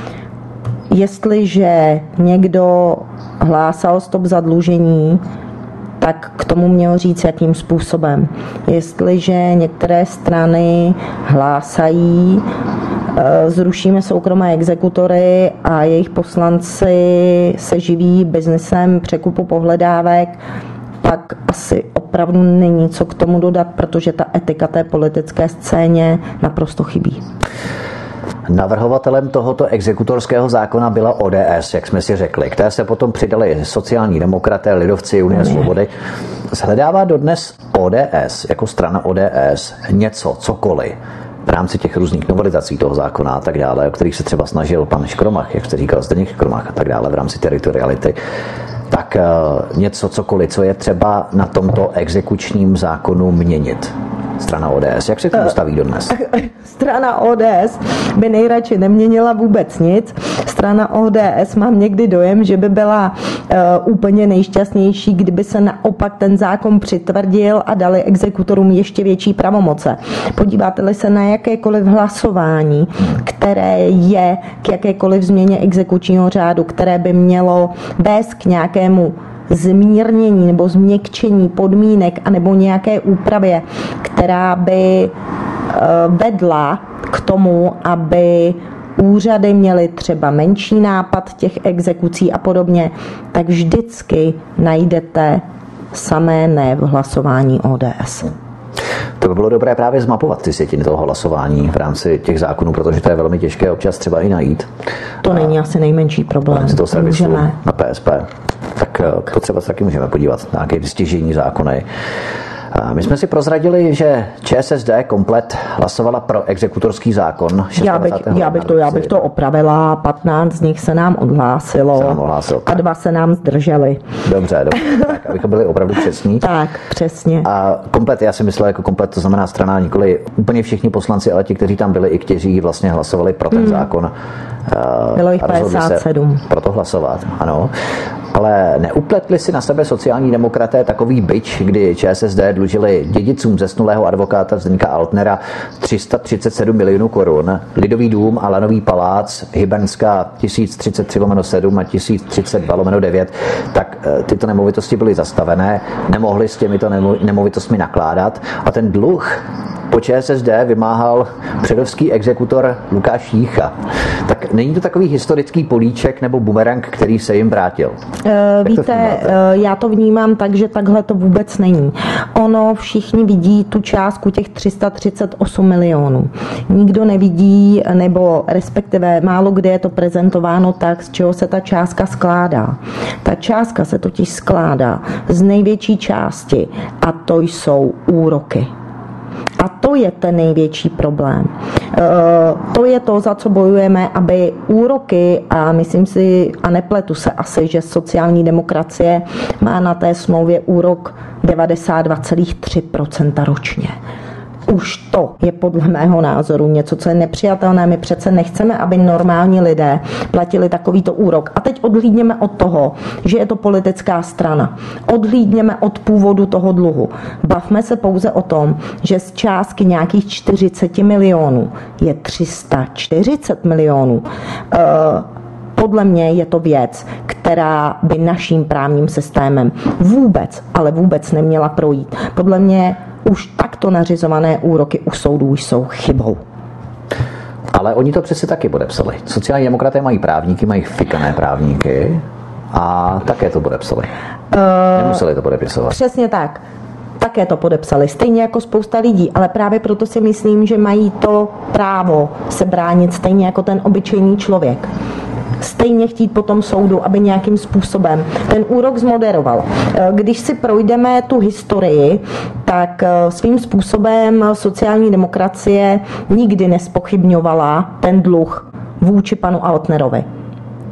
jestliže někdo hlásal stop zadlužení, tak k tomu měl říct, jakým způsobem. Jestliže některé strany hlásají, zrušíme soukromé exekutory a jejich poslanci se živí biznesem překupu pohledávek, pak asi opravdu není co k tomu dodat, protože ta etika té politické scéně naprosto chybí. Navrhovatelem tohoto exekutorského zákona byla ODS, jak jsme si řekli. K té se potom přidali sociální demokraté, lidovci, Unie svobody. Shledává dodnes ODS, jako strana ODS, něco, cokoliv, v rámci těch různých novelizací toho zákona a tak dále, o kterých se třeba snažil pan Škromach, jak jste říkal, Zdeněk Škromach a tak dále, v rámci teritoriality, tak něco, cokoliv, co je třeba na tomto exekučním zákonu měnit. Strana ODS. Jak se k tomu staví dodnes? Strana ODS by nejradši neměnila vůbec nic. Strana ODS, mám někdy dojem, že by byla úplně nejšťastnější, kdyby se naopak ten zákon přitvrdil a dali exekutorům ještě větší pravomoce. Podíváte-li se na jakékoliv hlasování, které je k jakékoliv změně exekučního řádu, které by mělo vést k nějakému zmírnění nebo změkčení podmínek anebo nějaké úpravě, která by vedla k tomu, aby úřady měly třeba menší nápad těch exekucí a podobně, tak vždycky najdete samé ne v hlasování ODS. To by bylo dobré právě zmapovat ty sjetiny toho hlasování v rámci těch zákonů, protože to je velmi těžké občas třeba i najít. To není asi nejmenší problém. Můžeme. Na PSP. Tak to třeba se taky můžeme podívat na nějaké stěžejní zákony. My jsme si prozradili, že ČSSD komplet hlasovala pro exekutorský zákon. Já bych to opravila, 15 z nich se nám odhlásilo a 2 se nám zdrželi. Dobře, tak abychom byli opravdu přesní. Tak, přesně. A komplet, já si myslel jako komplet, to znamená strana, nikoli úplně všichni poslanci, ale ti, kteří tam byli, i kteří vlastně hlasovali pro ten zákon. Bylo jich 57. Pro to hlasovat, ano. Ale neupletli si na sebe sociální demokraté takový bič, kdy ČSSD dlužili dědicům zesnulého advokáta Zdeňka Altnera 337 milionů korun, Lidový dům a Lanový palác, Hybernská 1033/7 a 1032/9, tak tyto nemovitosti byly zastavené, nemohli s těmito nemovitostmi nakládat a ten dluh po ČSSD vymáhal předovský exekutor Lukáš Jícha. Tak není to takový historický políček nebo bumerang, který se jim vrátil? Víte, já to vnímám tak, že takhle to vůbec není. Ono všichni vidí tu částku těch 338 milionů. Nikdo nevidí, nebo respektive málo kde je to prezentováno tak, z čeho se ta částka skládá. Ta částka se totiž skládá z největší části a to jsou úroky. A to je ten největší problém. To je to, za co bojujeme, aby úroky, a myslím si, a nepletu se asi, že sociální demokracie má na té smlouvě úrok 92,3% ročně. Už to je podle mého názoru něco, co je nepřijatelné. My přece nechceme, aby normální lidé platili takovýto úrok. A teď odhlídněme od toho, že je to politická strana. Odhlídněme od původu toho dluhu. Bavme se pouze o tom, že z částky nějakých 40 milionů je 340 milionů. Podle mě je to věc, která by naším právním systémem vůbec neměla projít. Podle mě už takto nařizované úroky u soudů jsou chybou. Ale oni to přece taky podepsali. Sociální demokraté mají právníky, mají fikané právníky a také to podepsali. Nemuseli to podepisovat. Přesně tak. Také to podepsali, stejně jako spousta lidí, ale právě proto si myslím, že mají to právo se bránit stejně jako ten obyčejný člověk. Stejně chtít po tom soudu, aby nějakým způsobem ten úrok zmoderoval. Když si projdeme tu historii, tak svým způsobem sociální demokracie nikdy nespochybňovala ten dluh vůči panu Altnerovi.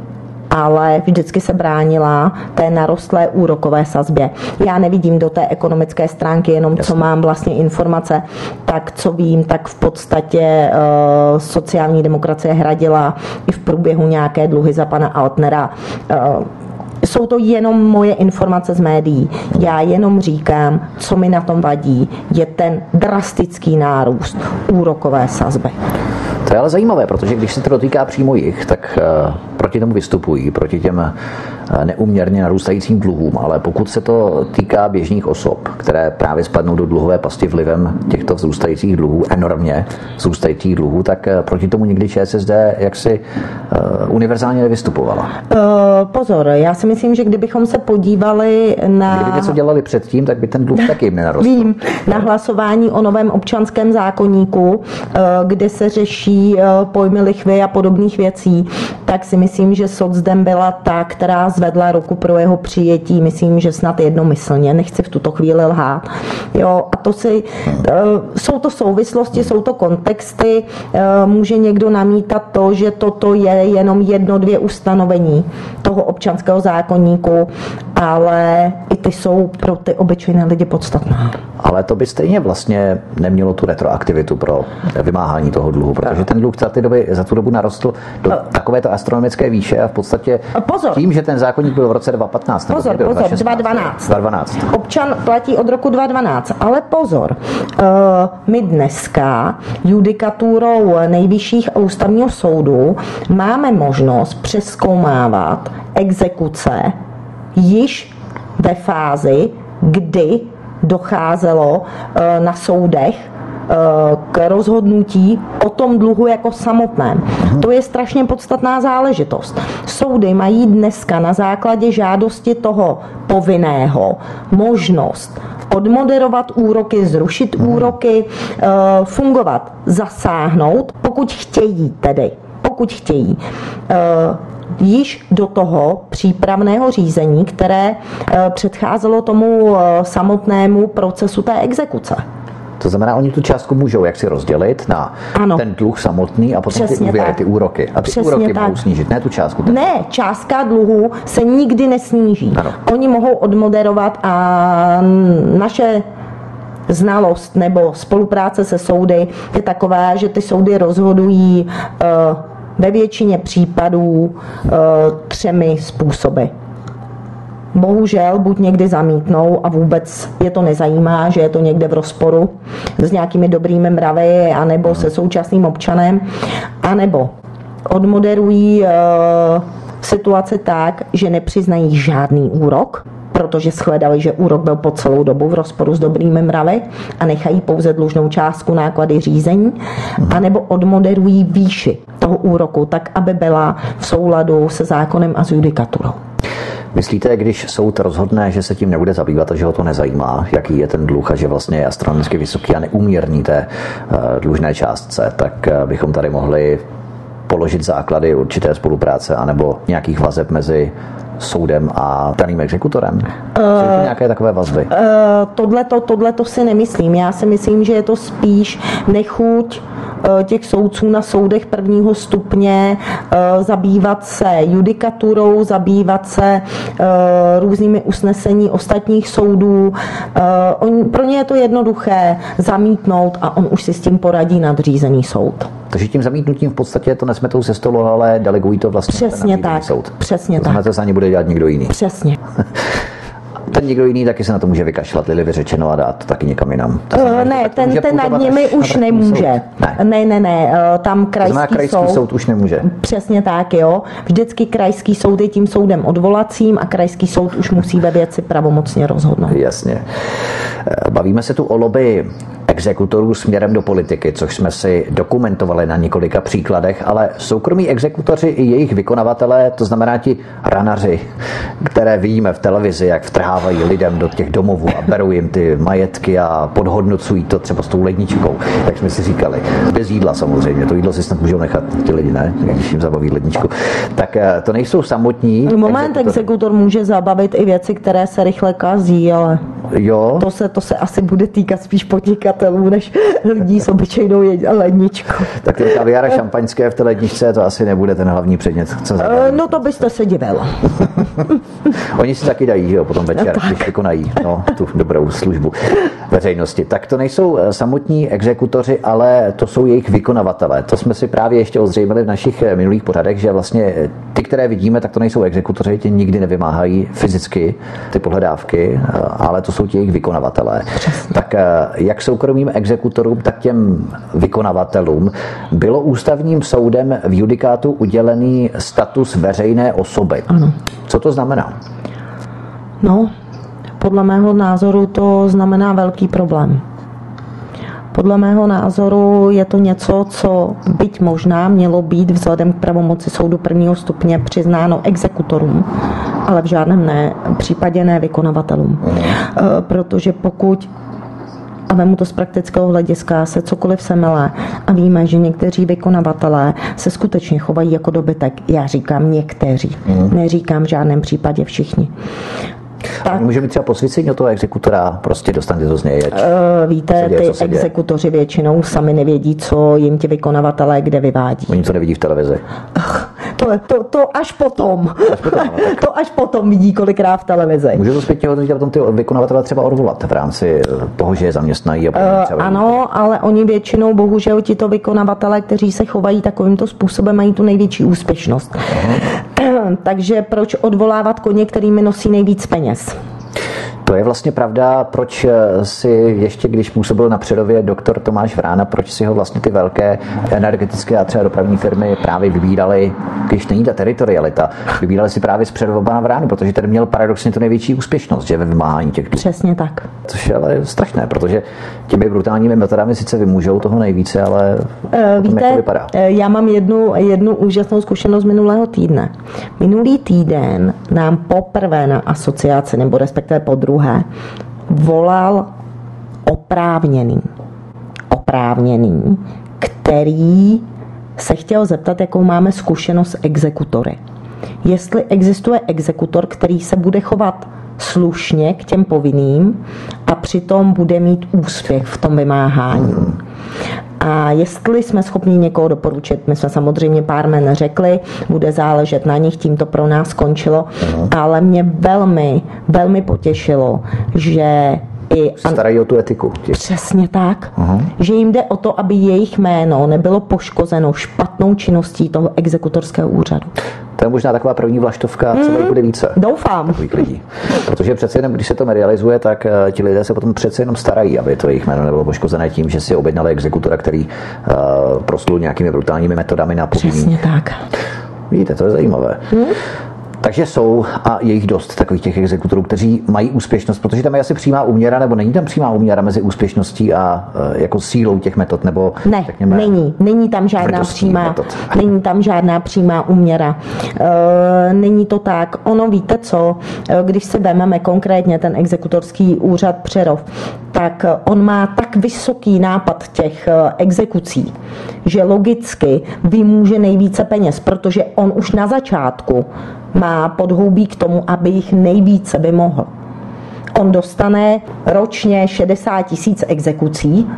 ale vždycky se bránila té narostlé úrokové sazbě. Já nevidím do té ekonomické stránky, jenom co mám vlastně informace, tak co vím, tak v podstatě sociální demokracie hradila i v průběhu nějaké dluhy za pana Altnera. Jsou to jenom moje informace z médií. Já jenom říkám, co mi na tom vadí, je ten drastický nárůst úrokové sazby. To je ale zajímavé, protože když se to dotýká přímo jich, tak proti tomu vystupují, proti těm neúměrně narůstajícím dluhům, ale pokud se to týká běžných osob, které právě spadnou do dluhové pasti vlivem těchto vzrůstajících dluhů, enormně vzrůstajících dluhů, tak proti tomu nikdy ČSSD jaksi univerzálně nevystupovala. Pozor, já si myslím, že kdybychom se podívali na... Kdyby něco dělali předtím, tak by ten dluh taky nenarostl. Vím, na hlasování o novém občanském zákoníku, kde se řeší pojmy lichvy a podobných věcí, tak si myslím, že socdem byla ta, která zvedla ruku pro jeho přijetí, myslím, že snad jednomyslně, nechci v tuto chvíli lhát. Jo, a to jsou to souvislosti, jsou to kontexty, může někdo namítat to, že toto je jenom 1-2 ustanovení toho občanského zákoníku, ale i ty jsou pro ty obyčejné lidi podstatná. Ale to by stejně vlastně nemělo tu retroaktivitu pro vymáhání toho dluhu, protože ten dluh za tu dobu narostl do takovéto astronomické výše a v podstatě tím, že ten zákoník byl v roce 2015. Pozor, 2012. Občan platí od roku 2012, ale pozor, my dneska judikaturou nejvyšších a ústavního soudu máme možnost přezkoumávat exekuce již ve fázi, kdy docházelo na soudech k rozhodnutí o tom dluhu jako samotném. To je strašně podstatná záležitost. Soudy mají dneska na základě žádosti toho povinného možnost odmoderovat úroky, zrušit úroky, fungovat, zasáhnout, pokud chtějí. Již do toho přípravného řízení, které předcházelo tomu samotnému procesu té exekuce. To znamená, oni tu částku můžou jaksi rozdělit na ten dluh samotný a potom ty úvěry, ty úroky. A ty úroky mohou snížit, ne tu částku. Ne, částka dluhu se nikdy nesníží. Ano. Oni mohou odmoderovat a naše znalost nebo spolupráce se soudy je taková, že ty soudy rozhodují ve většině případů 3 způsoby. Bohužel buď někdy zamítnou a vůbec je to nezajímá, že je to někde v rozporu s nějakými dobrými mravy anebo se současným občanem, anebo odmoderují situaci tak, že nepřiznají žádný úrok, protože shledali, že úrok byl po celou dobu v rozporu s dobrými mravy a nechají pouze dlužnou částku náklady řízení, anebo odmoderují výši toho úroku tak, aby byla v souladu se zákonem a s judikaturou. Myslíte, když soud rozhodne, že se tím nebude zabývat a že ho to nezajímá, jaký je ten dluh a že vlastně je astronomicky vysoký a neúměrný té dlužné částce, tak bychom tady mohli položit základy určité spolupráce anebo nějakých vazeb mezi soudem a daným exekutorem? Jsou to nějaké takové vazby? Tohleto si nemyslím. Já si myslím, že je to spíš nechuť těch soudců na soudech prvního stupně zabývat se judikaturou, zabývat se různými usnesení ostatních soudů. Pro ně je to jednoduché zamítnout a on už si s tím poradí nadřízený soud. Takže tím zamítnutím v podstatě to nesmetou ze stolu, ale delegují to vlastně přesně tak, soud. Přesně tak. To se ani bude dělat někdo jiný. Přesně. Ten někdo jiný taky se na to může vykašlat, lidově řečeno, a dát to taky někam jinam. Ne, ten nad nimi už nemůže. Ne. Tam krajský soud už nemůže. Přesně tak, jo. Vždycky krajský soud je tím soudem odvolacím a krajský soud už musí ve věci pravomocně rozhodnout. Jasně. Bavíme se tu o lobby exekutorů směrem do politiky, což jsme si dokumentovali na několika příkladech, ale soukromí exekutoři i jejich vykonavatelé, to znamená ti ranaři, které vidíme v televizi, jak vtrhávají lidem do těch domovů a berou jim ty majetky a podhodnocují to třeba s tou ledničkou, tak jsme si říkali. Bez jídla samozřejmě, to jídlo si snad můžou nechat ty lidi, ne? Když jim zabaví ledničku. Tak to nejsou samotní. Exekutor může zabavit i věci, které se rychle kazí, ale Jo. To se asi bude týkat spíš podnikatelů, než lidí s obyčejnou ledničkou. Tak ten kaviár a šampaňské v té ledničce, to asi nebude ten hlavní předmět. No to byste se divil. Oni si taky dají, že jo, potom večer, když vykonají tu dobrou službu veřejnosti. Tak to nejsou samotní exekutoři, ale to jsou jejich vykonavatelé. To jsme si právě ještě ozřejmili v našich minulých pořadech, že vlastně ty, které vidíme, tak to nejsou exekutoři, ti nikdy nevymáhají fyzicky ty pohledávky, ale to jsou ti jejich vykonavatelé. Tak jak soukromým exekutorům, tak těm vykonavatelům bylo ústavním soudem v judikátu udělený status veřejné osoby. Ano. Co to znamená? No, podle mého názoru to znamená velký problém. Podle mého názoru je to něco, co byť možná mělo být vzhledem k pravomoci soudu prvního stupně přiznáno exekutorům, ale v žádném případě ne vykonavatelům. Protože pokud, a vemu to z praktického hlediska, se cokoliv semele a víme, že někteří vykonavatelé se skutečně chovají jako dobytek. Já říkám někteří, neříkám v žádném případě všichni. Tak. Může mít třeba posvěcení od toho exekutora, prostě dostanete to z něj. Víte, ty exekutoři většinou sami nevědí, co jim ti vykonavatelé kde vyvádí. Oni to nevidí v televizi. To až potom. To až potom vidí kolikrát v televizi. Může to zpětně hodnotit a potom ty vykonavatelé třeba odvolat v rámci toho, že je zaměstnají? Ano, ale oni většinou, bohužel, tito vykonavatelé, kteří se chovají takovýmto způsobem, mají tu největší úspěšnost. Takže proč odvolávat koně, kterými nosí nejvíc peněz? To je vlastně pravda, proč si ještě, když působil na Přerově doktor Tomáš Vrána, proč si ho vlastně ty velké energetické a třeba dopravní firmy právě vybírali, když není ta teritorialita, vybírali si právě z Přerova pana Vránu, protože ten měl paradoxně tu největší úspěšnost, že ve vymáhání těch dluhů. Přesně tak. Což je ale strašné, protože těmi brutálními metodami sice vymůžou toho nejvíce, ale víte, jak to vypadá. Já mám jednu úžasnou zkušenost minulého týdne. Minulý týden nám poprvé na asociaci, nebo respektive podruhé, volal oprávněný, který se chtěl zeptat, jakou máme zkušenost s exekutory. Jestli existuje exekutor, který se bude chovat slušně k těm povinným a přitom bude mít úspěch v tom vymáhání. A jestli jsme schopni někoho doporučit, my jsme samozřejmě pár jmen řekli, bude záležet na nich, tím to pro nás skončilo, ale mě velmi, velmi potěšilo, že starají o tu etiku. Přesně tak. Že jim jde o to, aby jejich jméno nebylo poškozeno špatnou činností toho exekutorského úřadu. To je možná taková první vlaštovka, co bude více. Doufám. Takových lidí. Protože přece jenom, když se to medializuje, tak ti lidé se potom přece jenom starají, aby to jejich jméno nebylo poškozené tím, že si objednali exekutora, který proslul nějakými brutálními metodami na povinný. Přesně tak. Vidíte, to je zajímavé. Takže jsou a je jich dost takových těch exekutorů, kteří mají úspěšnost, protože tam je asi přímá úměra, nebo není tam přímá úměra mezi úspěšností a jako sílou těch metod, nebo ne, řekněme, není tam žádná přímá úměra. Není to tak. Ono, víte co, když se vezmeme konkrétně ten exekutorský úřad Přerov, tak on má tak vysoký nápad těch exekucí, že logicky vymůže nejvíce peněz, protože on už na začátku má podhoubí k tomu, aby jich nejvíce vymohl. On dostane ročně 60 000 exekucí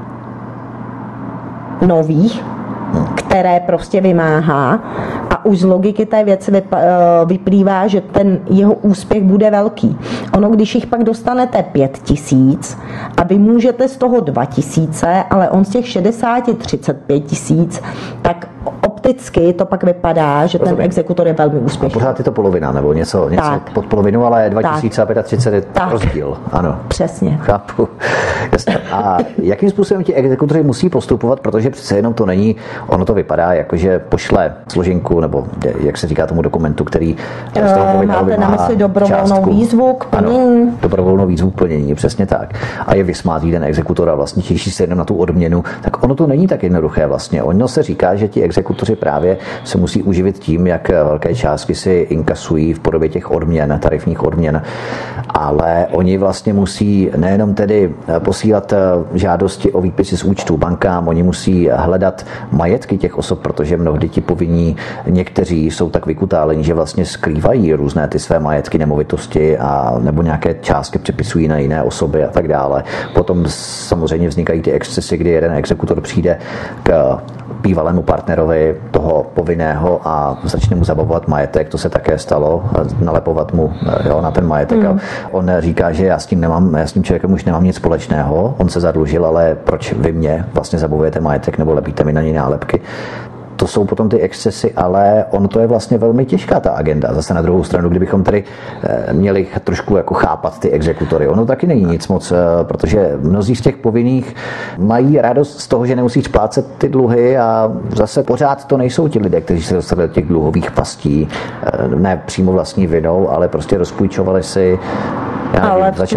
nových, které prostě vymáhá, a už z logiky té věci vyplývá, že ten jeho úspěch bude velký. Ono, když jich pak dostanete 5 000 a vy můžete z toho 2 000, ale on z těch 60 35 000, tak opticky to pak vypadá, že ten exekutor je velmi úspěšný. A pořád je to polovina, nebo něco pod polovinu, ale 2 000 a 35 je rozdíl. Ano. Přesně. Chápu. Jasně. A jakým způsobem ti exekutoři musí postupovat, protože přece jenom to není, ono to vypadá jako, že pošle složenku, nebo jak se říká tomu dokumentu, který z toho povinného máte na mysli dobrovolnou výzvu k plnění? Ano, dobrovolnou výzvu k plnění, přesně tak. A je vysmátý ten exekutor a vlastně těší se jenom na tu odměnu, tak ono to není tak jednoduché vlastně. Ono se říká, že ti exekutoři právě se musí uživit tím, jak velké částky si inkasují v podobě těch odměn, tarifních odměn, ale oni vlastně musí nejenom tedy posílat žádosti o výpisy z účtu bankám, oni musí hledat majetky těch osob, protože mnohdy ti povinní někteří jsou tak vykutálení, že vlastně skrývají různé ty své majetky, nemovitosti a nebo nějaké částky přepisují na jiné osoby a tak dále. Potom samozřejmě vznikají ty excesy, kdy jeden exekutor přijde k bývalému partnerovi toho povinného a začne mu zabavovat majetek, to se také stalo, nalepovat mu na ten majetek. A on říká, že já s tím člověkem už nemám nic společného, on se zadlužil, ale proč vy mě vlastně zabavujete majetek nebo lepíte mi na něj nálepky. To jsou potom ty excesy, ale ono to je vlastně velmi těžká ta agenda. Zase na druhou stranu, kdybychom tady měli trošku jako chápat ty exekutory. Ono taky není nic moc, protože mnozí z těch povinných mají radost z toho, že nemusí splácet ty dluhy a zase pořád to nejsou ti lidé, kteří se dostali do těch dluhových pastí, ne přímo vlastní vinou, ale prostě rozpůjčovali si. Ale v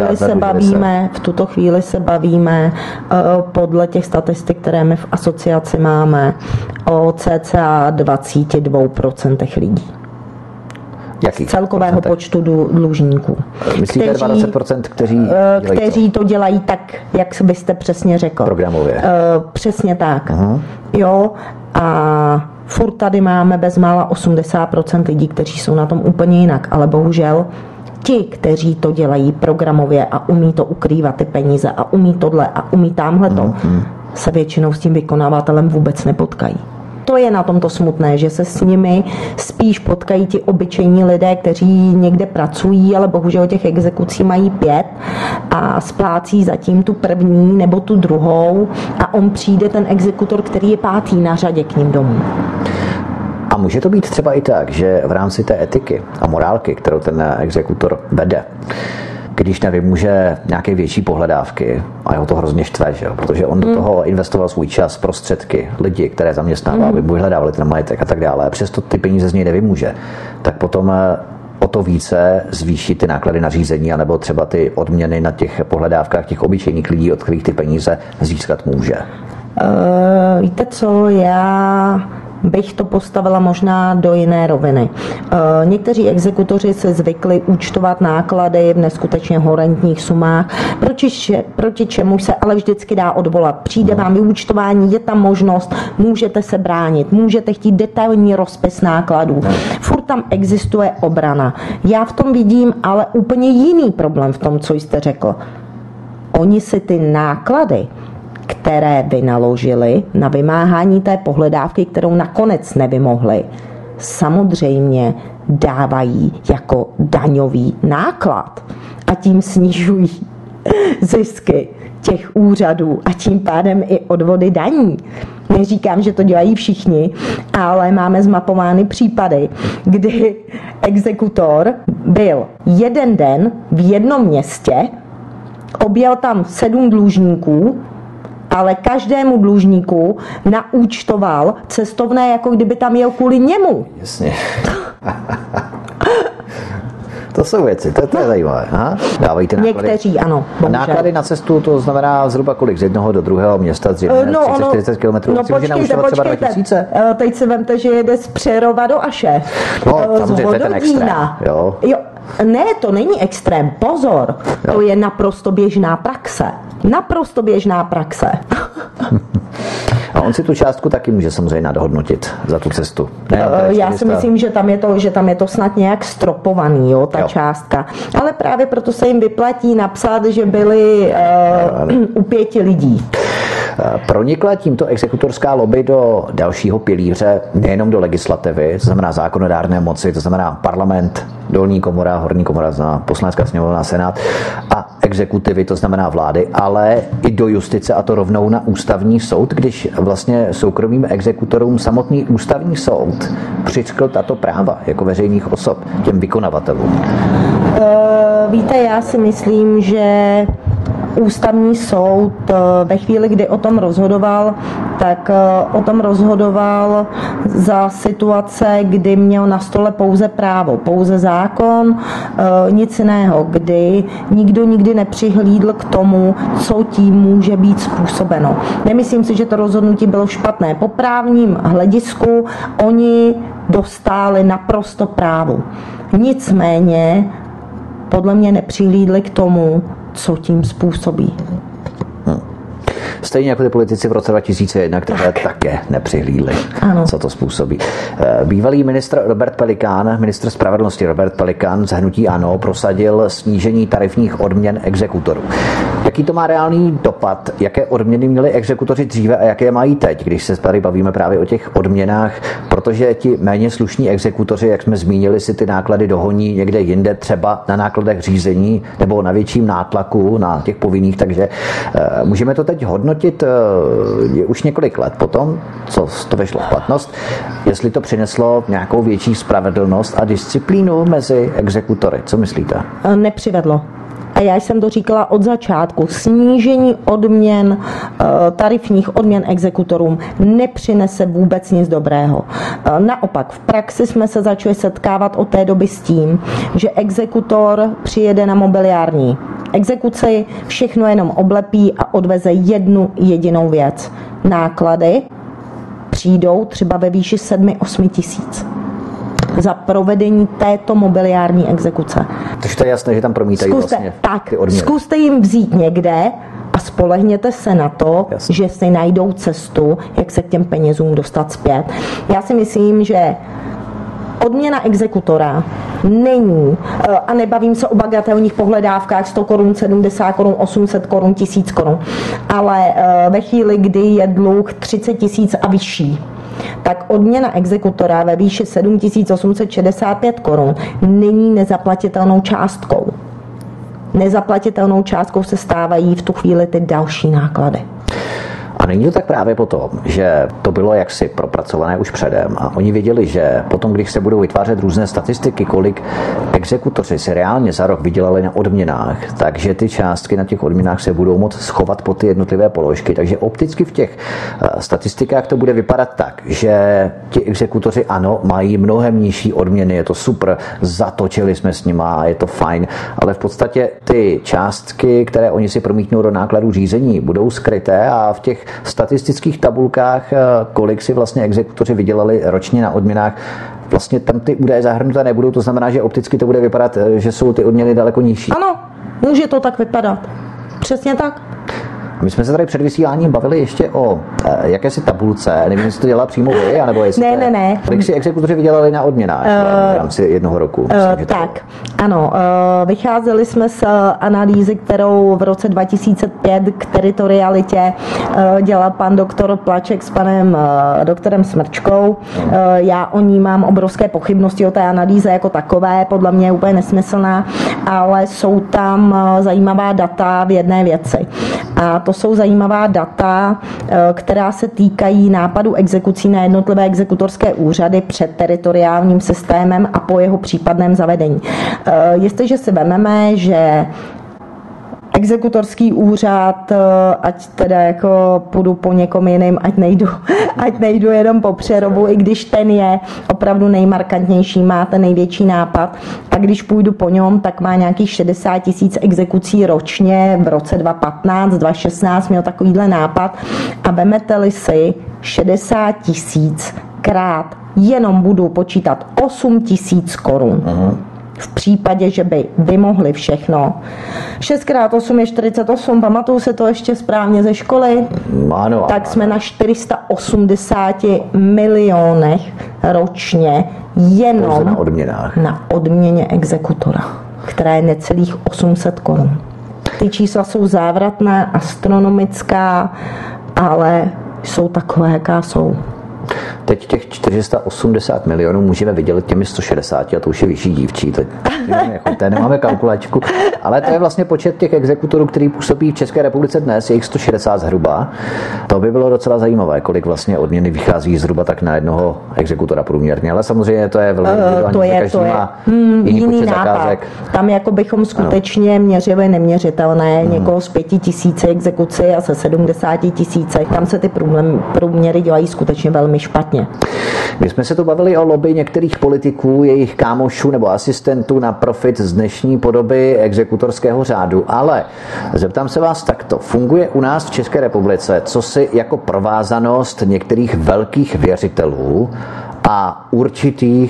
tuto chvíli se bavíme podle těch statistik, které my v asociaci máme, o cca 22% lidí. Jakých? Z celkového počtu dlužníků. Myslíte 20%, kteří to dělají tak, jak byste přesně řekl. Programově. Přesně tak. Jo, a furt tady máme bezmála 80% lidí, kteří jsou na tom úplně jinak, ale bohužel ti, kteří to dělají programově a umí to ukrývat ty peníze a umí tohle a umí tamhleto, se většinou s tím vykonavatelem vůbec nepotkají. To je na tomto smutné, že se s nimi spíš potkají ti obyčejní lidé, kteří někde pracují, ale bohužel těch exekucí mají 5 a splácí zatím tu první nebo tu druhou a on přijde ten exekutor, který je 5. na řadě k ním domů. A může to být třeba i tak, že v rámci té etiky a morálky, kterou ten exekutor vede, když nevymůže nějaké větší pohledávky a jeho to hrozně štve, že jo? Protože on do toho investoval svůj čas, prostředky, lidi, které zaměstnával, aby mu vyhledávali ten majetek a tak dále. A přesto ty peníze z něj nevymůže, tak potom o to více zvýší ty náklady na řízení anebo třeba ty odměny na těch pohledávkách těch obyčejných lidí, od kterých ty peníze získat může. Víte co, já bych to postavila možná do jiné roviny. Někteří exekutoři se zvykli účtovat náklady v neskutečně horentních sumách, proti čemu se ale vždycky dá odvolat. Přijde vám vyúčtování, je tam možnost, můžete se bránit, můžete chtít detailní rozpis nákladů. Furt tam existuje obrana. Já v tom vidím ale úplně jiný problém v tom, co jste řekl. Oni si ty náklady, které vynaložili na vymáhání té pohledávky, kterou nakonec nevymohli, samozřejmě dávají jako daňový náklad a tím snižují zisky těch úřadů a tím pádem i odvody daní. Neříkám, že to dělají všichni, ale máme zmapovány případy, kdy exekutor byl jeden den v jednom městě, objel tam 7 dlužníků, ale každému dlužníku naúčtoval cestovné, jako kdyby tam jel kvůli němu. Jasně. To jsou věci, to je zajímavé. Aha. Dávají ty náklady. Někteří, ano. A náklady na cestu, to znamená zhruba kolik? Z jednoho do druhého města, z 30-40 km? No počkejte. Teď si vemte, že jede z Přerova do Aše. No, samozřejmě to je ten extrém. Jo. Ne, to není extrém, pozor. Jo. To je naprosto běžná praxe. Naprosto běžná praxe. A on si tu částku taky může samozřejmě nadhodnotit za tu cestu. Já si myslím, že tam je to snad nějak stropovaný, ta částka. Ale právě proto se jim vyplatí napsat, že byli u 5 lidí. Pronikla tímto exekutorská lobby do dalšího pilíře, nejenom do legislativy, to znamená zákonodárné moci, to znamená parlament, dolní komora, horní komora, znamená poslanecká sněmovna, senát a exekutivy, to znamená vlády, ale i do justice, a to rovnou na ústavní soud, když vlastně soukromým exekutorům samotný ústavní soud přiřkl tato práva jako veřejných osob těm vykonavatelům. Víte, já si myslím, že ústavní soud ve chvíli, kdy o tom rozhodoval, tak o tom rozhodoval za situace, kdy měl na stole pouze právo, pouze zákon, nic jiného, kdy nikdo nikdy nepřihlídl k tomu, co tím může být způsobeno. Nemyslím si, že to rozhodnutí bylo špatné. Po právním hledisku oni dostáli naprosto právu. Nicméně podle mě nepřihlídli k tomu, co tím způsobí. Stejně jako ty politici v roce 2001, které také nepřihlídli, co to způsobí. Bývalý ministr spravedlnosti Robert Pelikán z hnutí ANO prosadil snížení tarifních odměn exekutorů. Jaký to má reálný dopad? Jaké odměny měli exekutoři dříve a jaké mají teď, když se tady bavíme právě o těch odměnách, protože ti méně slušní exekutoři, jak jsme zmínili, si ty náklady dohoní někde jinde, třeba na nákladech řízení nebo na větším nátlaku na těch povinných, takže můžeme to teď hodnotit už několik let potom, co to vešlo v platnost, jestli to přineslo nějakou větší spravedlnost a disciplínu mezi exekutory. Co myslíte? Nepřivedlo. A já jsem to říkala od začátku. Snížení odměn, tarifních odměn exekutorům nepřinese vůbec nic dobrého. Naopak, v praxi jsme se začali setkávat od té doby s tím, že exekutor přijede na mobiliární exekuci, všechno jenom oblepí a odveze jednu jedinou věc. Náklady přijdou třeba ve výši 7-8 tisíc za provedení této mobiliární exekuce. Takže to je jasné, že tam promítají vlastně ty odměny. Zkuste jim vzít někde a spolehněte se na to, že si najdou cestu, jak se k těm penězům dostat zpět. Já si myslím, že odměna exekutora není, a nebavím se o bagatelních pohledávkách 100 korun, 70 korun, 800 korun, 1000 korun, ale ve chvíli, kdy je dluh 30 tisíc a vyšší, tak odměna exekutora ve výši 7865 korun není nezaplatitelnou částkou. Nezaplatitelnou částkou se stávají v tu chvíli ty další náklady. A není to tak právě potom, že to bylo jaksi propracované už předem a oni věděli, že potom, když se budou vytvářet různé statistiky, kolik exekutoři si reálně za rok vydělali na odměnách, takže ty částky na těch odměnách se budou moct schovat pod ty jednotlivé položky. Takže opticky v těch statistikách to bude vypadat tak, že ti exekutoři ano, mají mnohem nižší odměny, je to super, zatočili jsme s nima, je to fajn, ale v podstatě ty částky, které oni si promítnou do nákladů řízení, budou skryté a v těch statistických tabulkách, kolik si vlastně exekutoři vydělali ročně na odměnách, vlastně tam ty údaje zahrnuté nebudou, to znamená, že opticky to bude vypadat, že jsou ty odměny daleko nižší. Ano, může to tak vypadat. Přesně tak. My jsme se tady před vysíláním bavili ještě o jakési tabulce, nevím, jestli to dělá přímo vy, anebo jestli ne. Kolik si exekutoři vydělali na odměnách v rámci jednoho roku? Tak, ano. Vycházeli jsme z analýzy, kterou v roce 2005 k teritorialitě dělal pan doktor Plaček s panem doktorem Smrčkou. Já o ní mám obrovské pochybnosti o té analýze jako takové, podle mě je úplně nesmyslná, ale jsou tam zajímavá data v jedné věci. A to jsou zajímavá data, která se týkají nápadu exekucí na jednotlivé exekutorské úřady před teritoriálním systémem a po jeho případném zavedení. Jestliže si vezmeme, že exekutorský úřad, ať teda jako půjdu po někom jiným, ať nejdu jenom po Přerovu, i když ten je opravdu nejmarkantnější, má ten největší nápad, tak když půjdu po něm, tak má nějakých 60 tisíc exekucí ročně, v roce 2015, 2016 měl takovýhle nápad a vemete-li si 60 tisíc krát jenom budu počítat 8 tisíc korun. V případě, že by vymohli všechno. 6x8 je 48, pamatuju se to ještě správně ze školy? Ano. Tak jsme na 480 milionech ročně jenom na odměně exekutora, která je necelých 800 korun. Ty čísla jsou závratná, astronomická, ale jsou takové, jaká jsou. Teď těch 480 milionů můžeme vydělit těmi 160 a to už je vyšší dívčí. Teď nemáme kalkulačku, ale to je vlastně počet těch exekutorů, který působí v České republice dnes, je jich 160 zhruba. To by bylo docela zajímavé, kolik vlastně odměny vychází zhruba tak na jednoho exekutora průměrně, ale samozřejmě to je velmi individuální, každý má jiný počet zakázek. Tam jako bychom skutečně měřili neměřitelné, někoho z 5 tisíc exekucí a se 70 tisíc, tam se ty průměry dělají skutečně velmi špatně. My jsme se tu bavili o lobby některých politiků, jejich kámošů nebo asistentů na profit z dnešní podoby exekutorského řádu, ale zeptám se vás takto. Funguje u nás v České republice cosi jako provázanost některých velkých věřitelů a určitých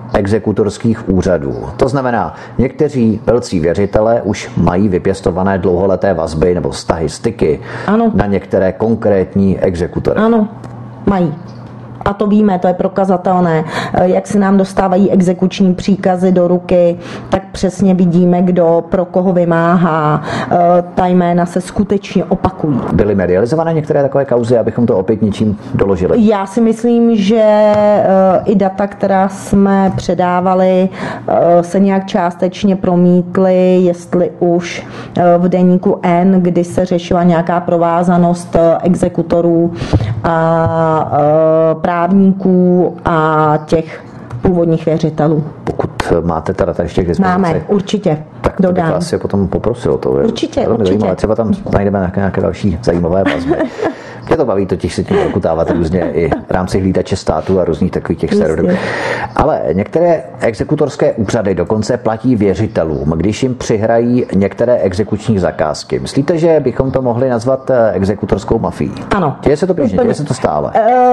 exekutorských úřadů. To znamená, někteří velcí věřitelé už mají vypěstované dlouholeté vazby nebo vztahy, styky na některé konkrétní exekutory. Ano, mají. A to víme, to je prokazatelné. Jak se nám dostávají exekuční příkazy do ruky, tak přesně vidíme, kdo pro koho vymáhá. Ta jména se skutečně opakují. Byly medializované některé takové kauzy, abychom to opět něčím doložili? Já si myslím, že i data, která jsme předávali, se nějak částečně promítly, jestli už v deníku N, kdy se řešila nějaká provázanost exekutorů a právníků a těch původních věřitelů. Pokud máte ta data ještě k dispozici. Máme, určitě. Tak to bych vás je potom poprosil. To je určitě. Zajímavé. Třeba tam najdeme nějaké další zajímavé vazby. Mě to baví totiž si tím okutávat různě i v rámci hlídače státu a různých takových těch serverů. Ale některé exekutorské úřady dokonce platí věřitelům, když jim přihrají některé exekuční zakázky. Myslíte, že bychom to mohli nazvat exekutorskou mafií? Ano. Děje se to běžně, děje se to stále?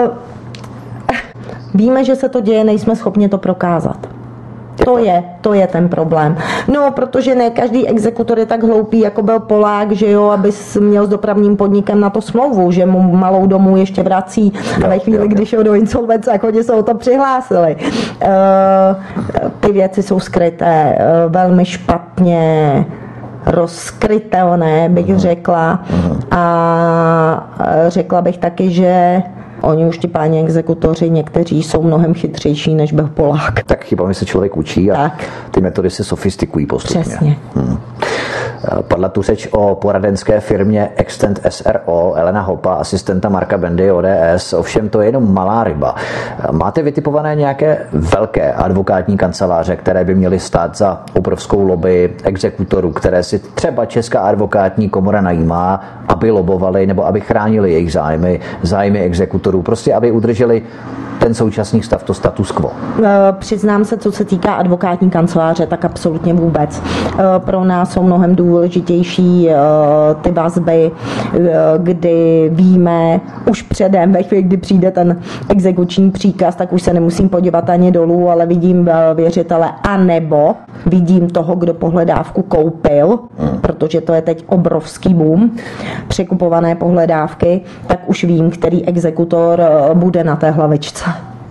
Víme, že se to děje, nejsme schopni to prokázat. To je ten problém. No, protože ne každý exekutor je tak hloupý, jako byl Polák, že jo, aby měl s dopravním podnikem na to smlouvu, že mu malou domů ještě vrací a ve chvíli, když šel do insolvence, jak oni se o to přihlásili. Ty věci jsou skryté velmi špatně rozkrytelné, bych řekla. A řekla bych taky, že oni už ti páni exekutoři, někteří jsou mnohem chytřejší, než byl Polák. Tak chybami se člověk učí a ty metody se sofistikují postupně. Přesně. Padla tu řeč o poradenské firmě Extend SRO, Elena Hopa, asistenta Marka Bendy, ODS, ovšem to je jenom malá ryba. Máte vytipované nějaké velké advokátní kanceláře, které by měly stát za obrovskou lobby exekutorů, které si třeba Česká advokátní komora najímá, aby lobovali nebo aby chránili jejich zájmy exekutorů, prostě aby udrželi ten současný stav, to status quo? Přiznám se, co se týká advokátní kanceláře, tak absolutně vůbec. Pro nás jsou mnohem důležitější ty vazby, kdy víme už předem, ve chvíli, kdy přijde ten exekuční příkaz, tak už se nemusím podívat ani dolů, ale vidím věřitele, anebo vidím toho, kdo pohledávku koupil, protože to je teď obrovský boom, překupované pohledávky, tak už vím, který exekutor bude na té hlavičce.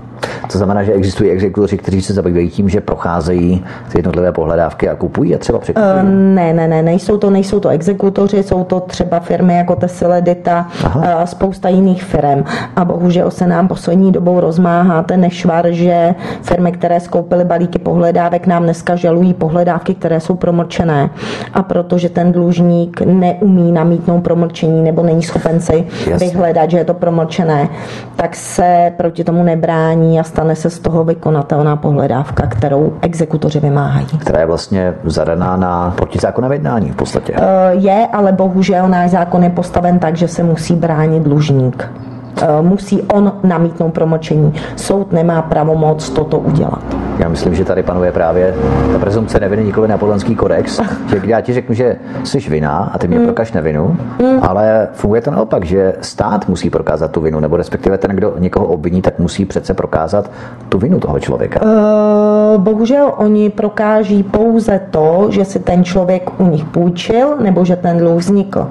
To znamená, že existují exekutoři, kteří se zabývají tím, že procházejí ty jednotlivé pohledávky a kupují a třeba překupují? Ne, nejsou to exekutoři, jsou to třeba firmy jako Tesiledita a spousta jiných firm. A bohužel se nám poslední dobou rozmáhá ten nešvar, že firmy, které skoupily balíky pohledávek, nám dneska žalují pohledávky, které jsou promlčené. A protože ten dlužník neumí namítnout promlčení nebo není schopen si vyhledat, že je to promlčené, tak se proti tomu nebrání a stane se z toho vykonatelná pohledávka, kterou exekutoři vymáhají. Která je vlastně zadaná na protizákonném jednání v podstatě. Je, ale bohužel náš zákon je postaven tak, že se musí bránit dlužník. Musí on namítnout promlčení. Soud nemá pravomoc toto udělat. Já myslím, že tady panuje právě ta prezumpce neviny, nikoli Napoleonský kodex, že když já ti řeknu, že jsi vinná a ty mě prokaž nevinu, ale funguje to naopak, že stát musí prokázat tu vinu, nebo respektive ten, kdo někoho obviní, tak musí přece prokázat tu vinu toho člověka. Bohužel oni prokáží pouze to, že si ten člověk u nich půjčil, nebo že ten dluh vznikl.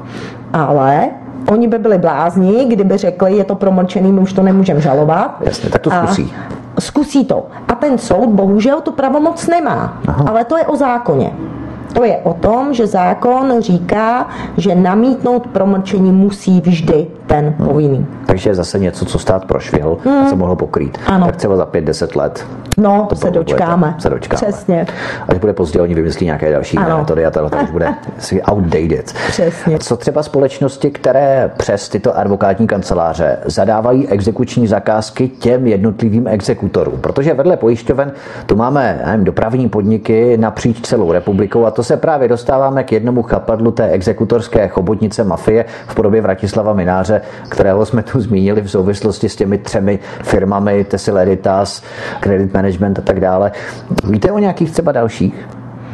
Ale oni by byli blázni, kdyby řekli, je to promlčený, my už to nemůžeme žalovat. Jasně, tak to zkusí. Zkusí to. A ten soud bohužel tu pravomoc nemá. Ale to je o zákoně. To je o tom, že zákon říká, že namítnout promlčení musí vždy ten povinný. Takže je zase něco, co stát prošvihl a co mohlo pokrýt. Ano. Tak třeba za 5-10 let. No, to se dočkáme. Přesně. Až bude pozdě, oni vymyslí nějaké další metody a tohle už bude outdated. Přesně. Co třeba společnosti, které přes tyto advokátní kanceláře zadávají exekuční zakázky těm jednotlivým exekutorům? Protože vedle pojišťoven tu máme dopravní podniky napříč celou republikou a to se právě dostáváme k jednomu chapadlu té exekutorské chobotnice mafie v podobě Vratislava Mináře, kterého jsme tu zmínili v souvislosti s těmi 3 firmami Tesileditas, Credit Management a tak dále. Víte o nějakých třeba dalších?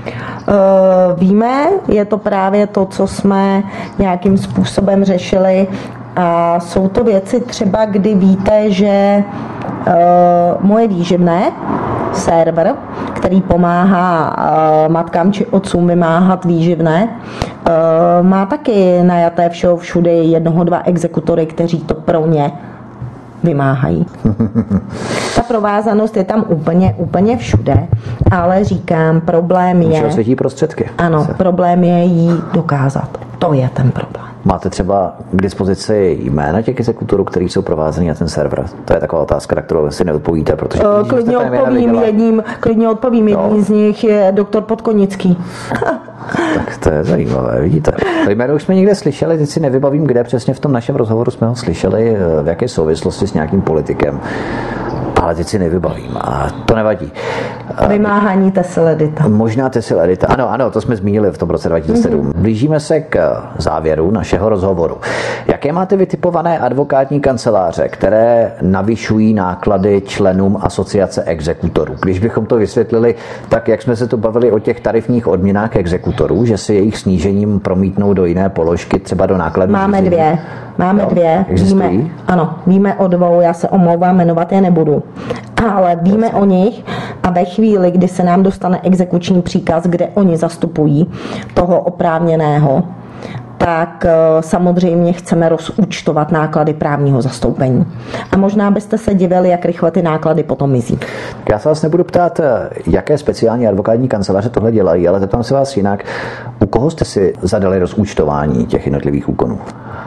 Víme, je to právě to, co jsme nějakým způsobem řešili a jsou to věci třeba, kdy víte, že moje výživné server, který pomáhá matkám či otcům vymáhat výživné. Má taky najaté všeho všude 1-2 exekutory, kteří to pro ně vymáhají. Ta provázanost je tam úplně všude, ale říkám, problém je... světí prostředky. Ano, problém je jí dokázat. To je ten problém. Máte třeba k dispozici jména těch exekutorů, kteří jsou provázaní na ten server? To je taková otázka, na kterou si neodpovíte, protože... Klidně odpovím. Jedním z nich je doktor Podkonický. Tak to je zajímavé, vidíte. To jméno už jsme někde slyšeli, teď si nevybavím, kde přesně v tom našem rozhovoru jsme ho slyšeli, v jaké souvislosti s nějakým politikem. Ale teď si nevybavím a to nevadí. Vymáhání Tessil Edita. Možná Tessil Edita. Ano, to jsme zmínili v tom roce 2007. Blížíme se k závěru našeho rozhovoru. Jaké máte vytipované advokátní kanceláře, které navyšují náklady členům asociace exekutorů? Když bychom to vysvětlili tak, jak jsme se to bavili o těch tarifních odměnách exekutorů, že si jejich snížením promítnou do jiné položky, třeba do nákladů. Máme dvě. Víme o 2, já se omlouvám, jmenovat je nebudu. Ale víme o nich a ve chvíli, kdy se nám dostane exekuční příkaz, kde oni zastupují toho oprávněného, tak samozřejmě chceme rozúčtovat náklady právního zastoupení. A možná byste se divili, jak rychle ty náklady potom mizí. Já se vás nebudu ptát, jaké speciální advokátní kanceláře tohle dělají, ale zeptám se vás jinak. U koho jste si zadali rozúčtování těch jednotlivých úkonů?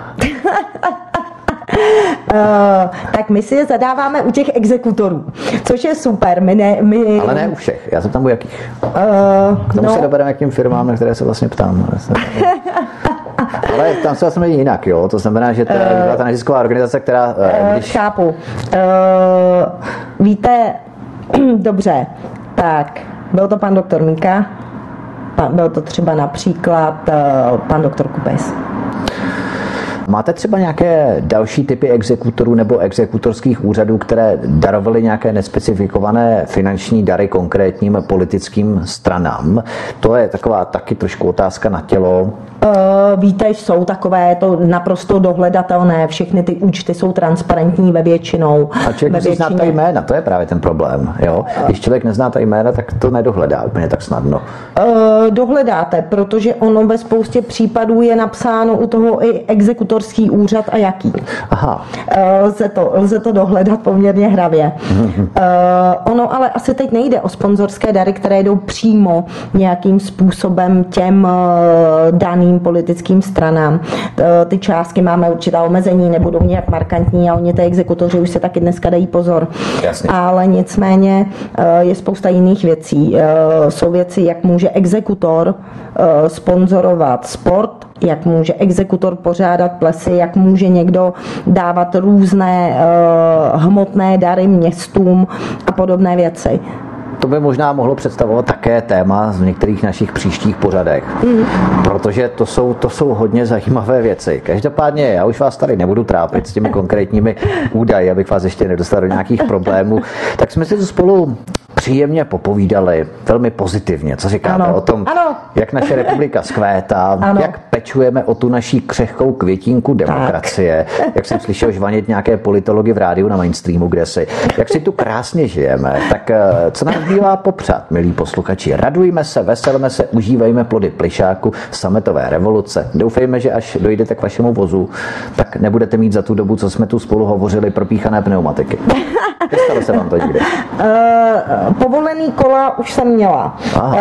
Tak my si je zadáváme u těch exekutorů, což je super. Ale ne u všech, já se tam u jakých. K tomu se dobereme, jakým firmám, na které se vlastně ptám. Ale tam se vlastně jinak, jo? To znamená, že to byla ta nezisková organizace, která... Chápu. Víte, dobře, tak byl to pan doktor Míka, byl to třeba například pan doktor Kubes. Máte třeba nějaké další typy exekutorů nebo exekutorských úřadů, které darovaly nějaké nespecifikované finanční dary konkrétním politickým stranám? To je taková taky trošku otázka na tělo. Víte, jsou takové, je to naprosto dohledatelné, všechny ty účty jsou transparentní ve většinou. A člověk musí znát ta jména, to je právě ten problém. Jo? Když člověk nezná ta jména, tak to nedohledá úplně tak snadno. Dohledáte, protože ono ve spoustě případů je napsáno u toho i exekutorský úřad a jaký. Aha. Lze to dohledat poměrně hravě. Ono ale asi teď nejde o sponzorské dary, které jdou přímo nějakým způsobem těm daným politickým stranám. Ty částky máme určitá omezení, nebudou nějak markantní a oni ty exekutoři už se taky dneska dají pozor. Jasně. Ale nicméně je spousta jiných věcí. Jsou věci, jak může exekutor sponzorovat sport, jak může exekutor pořádat plesy, jak může někdo dávat různé hmotné dary městům a podobné věci. To by možná mohlo představovat také téma v některých našich příštích pořadech, protože to jsou hodně zajímavé věci. Každopádně já už vás tady nebudu trápit s těmi konkrétními údaji, abych vás ještě nedostal do nějakých problémů. Tak jsme si to spolu příjemně popovídali, velmi pozitivně, co říkáte o tom, jak naše republika zkvétá, jak pečujeme o tu naší křehkou květinku demokracie, jak jsem slyšel žvanit nějaké politology v rádiu na mainstreamu, jak si tu krásně žijeme, tak co nám zbývá popřát, milí posluchači, radujme se, veselme se, užívejme plody plišáku, sametové revoluce. Doufejme, že až dojdete k vašemu vozu, tak nebudete mít za tu dobu, co jsme tu spolu hovořili, propíchané pneumatiky. Nestalo se vám to někdy? Povolený kola už jsem měla.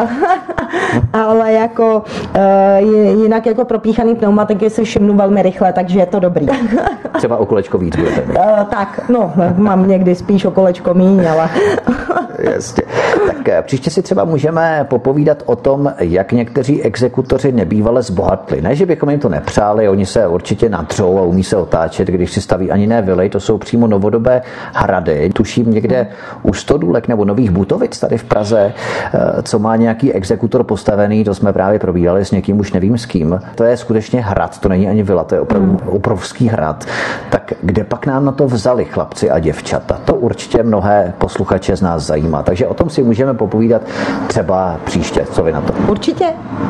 Ale jako jinak jako propíchaný pneumatiky si všimnu velmi rychle, takže je to dobrý. Třeba o kolečko víc budete mít. Tak, mám někdy spíš o kolečko míň, ale... Jasně. Tak příště si třeba můžeme popovídat o tom, jak někteří exekutoři nebývale zbohatli. Ne, že bychom jim to nepřáli, oni se určitě natřou a umí se otáčet, když si staví ani ne vily, to jsou přímo novodobé hrady. Tuším někde u Stodůlek nebo Nových Butovic tady v Praze, co má nějaký exekutor postavený, to jsme právě probírali s někým, už nevím s kým. To je skutečně hrad, to není ani vila, to je opravdu obrovský hrad. Tak kde pak nám na to vzali chlapci a děvčata? To určitě mnohé posluchače z nás zajímá. Takže o tom si můžeme popovídat třeba příště. Co vy na to? Určitě.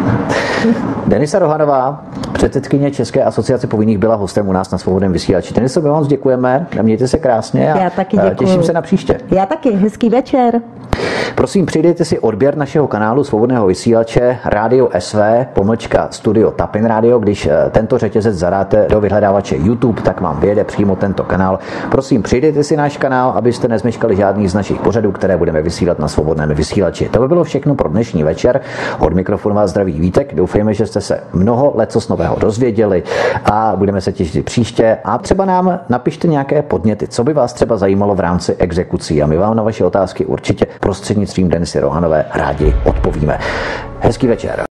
Denisa Rohanová, předsedkyně České asociace povinných, byla hostem u nás na Svobodném vysílači. Deniso, my vám děkujeme, mějte se krásně a já taky děkuju. Těším se na příště. Já taky, hezký večer. Prosím, přidejte si odběr našeho kanálu Svobodného vysílače Radio SV /Studio Tapin Radio. Když tento řetězec zadáte do vyhledávače YouTube, tak vám vyjede přímo tento kanál. Prosím, přidejte si náš kanál, abyste nezmeškali žádný z našich pořadů, které budeme vysílat na Svobodném vysílači. To by bylo všechno pro dnešní večer. Od mikrofonu vás zdraví Vítek. Doufejme, že jste se mnoho lecos nového dozvěděli a budeme se těšit příště. A třeba nám napište nějaké podněty, co by vás třeba zajímalo v rámci exekucí. A my vám na vaše otázky určitě prostřednictvím Denisy Rohanové rádi odpovíme. Hezký večer.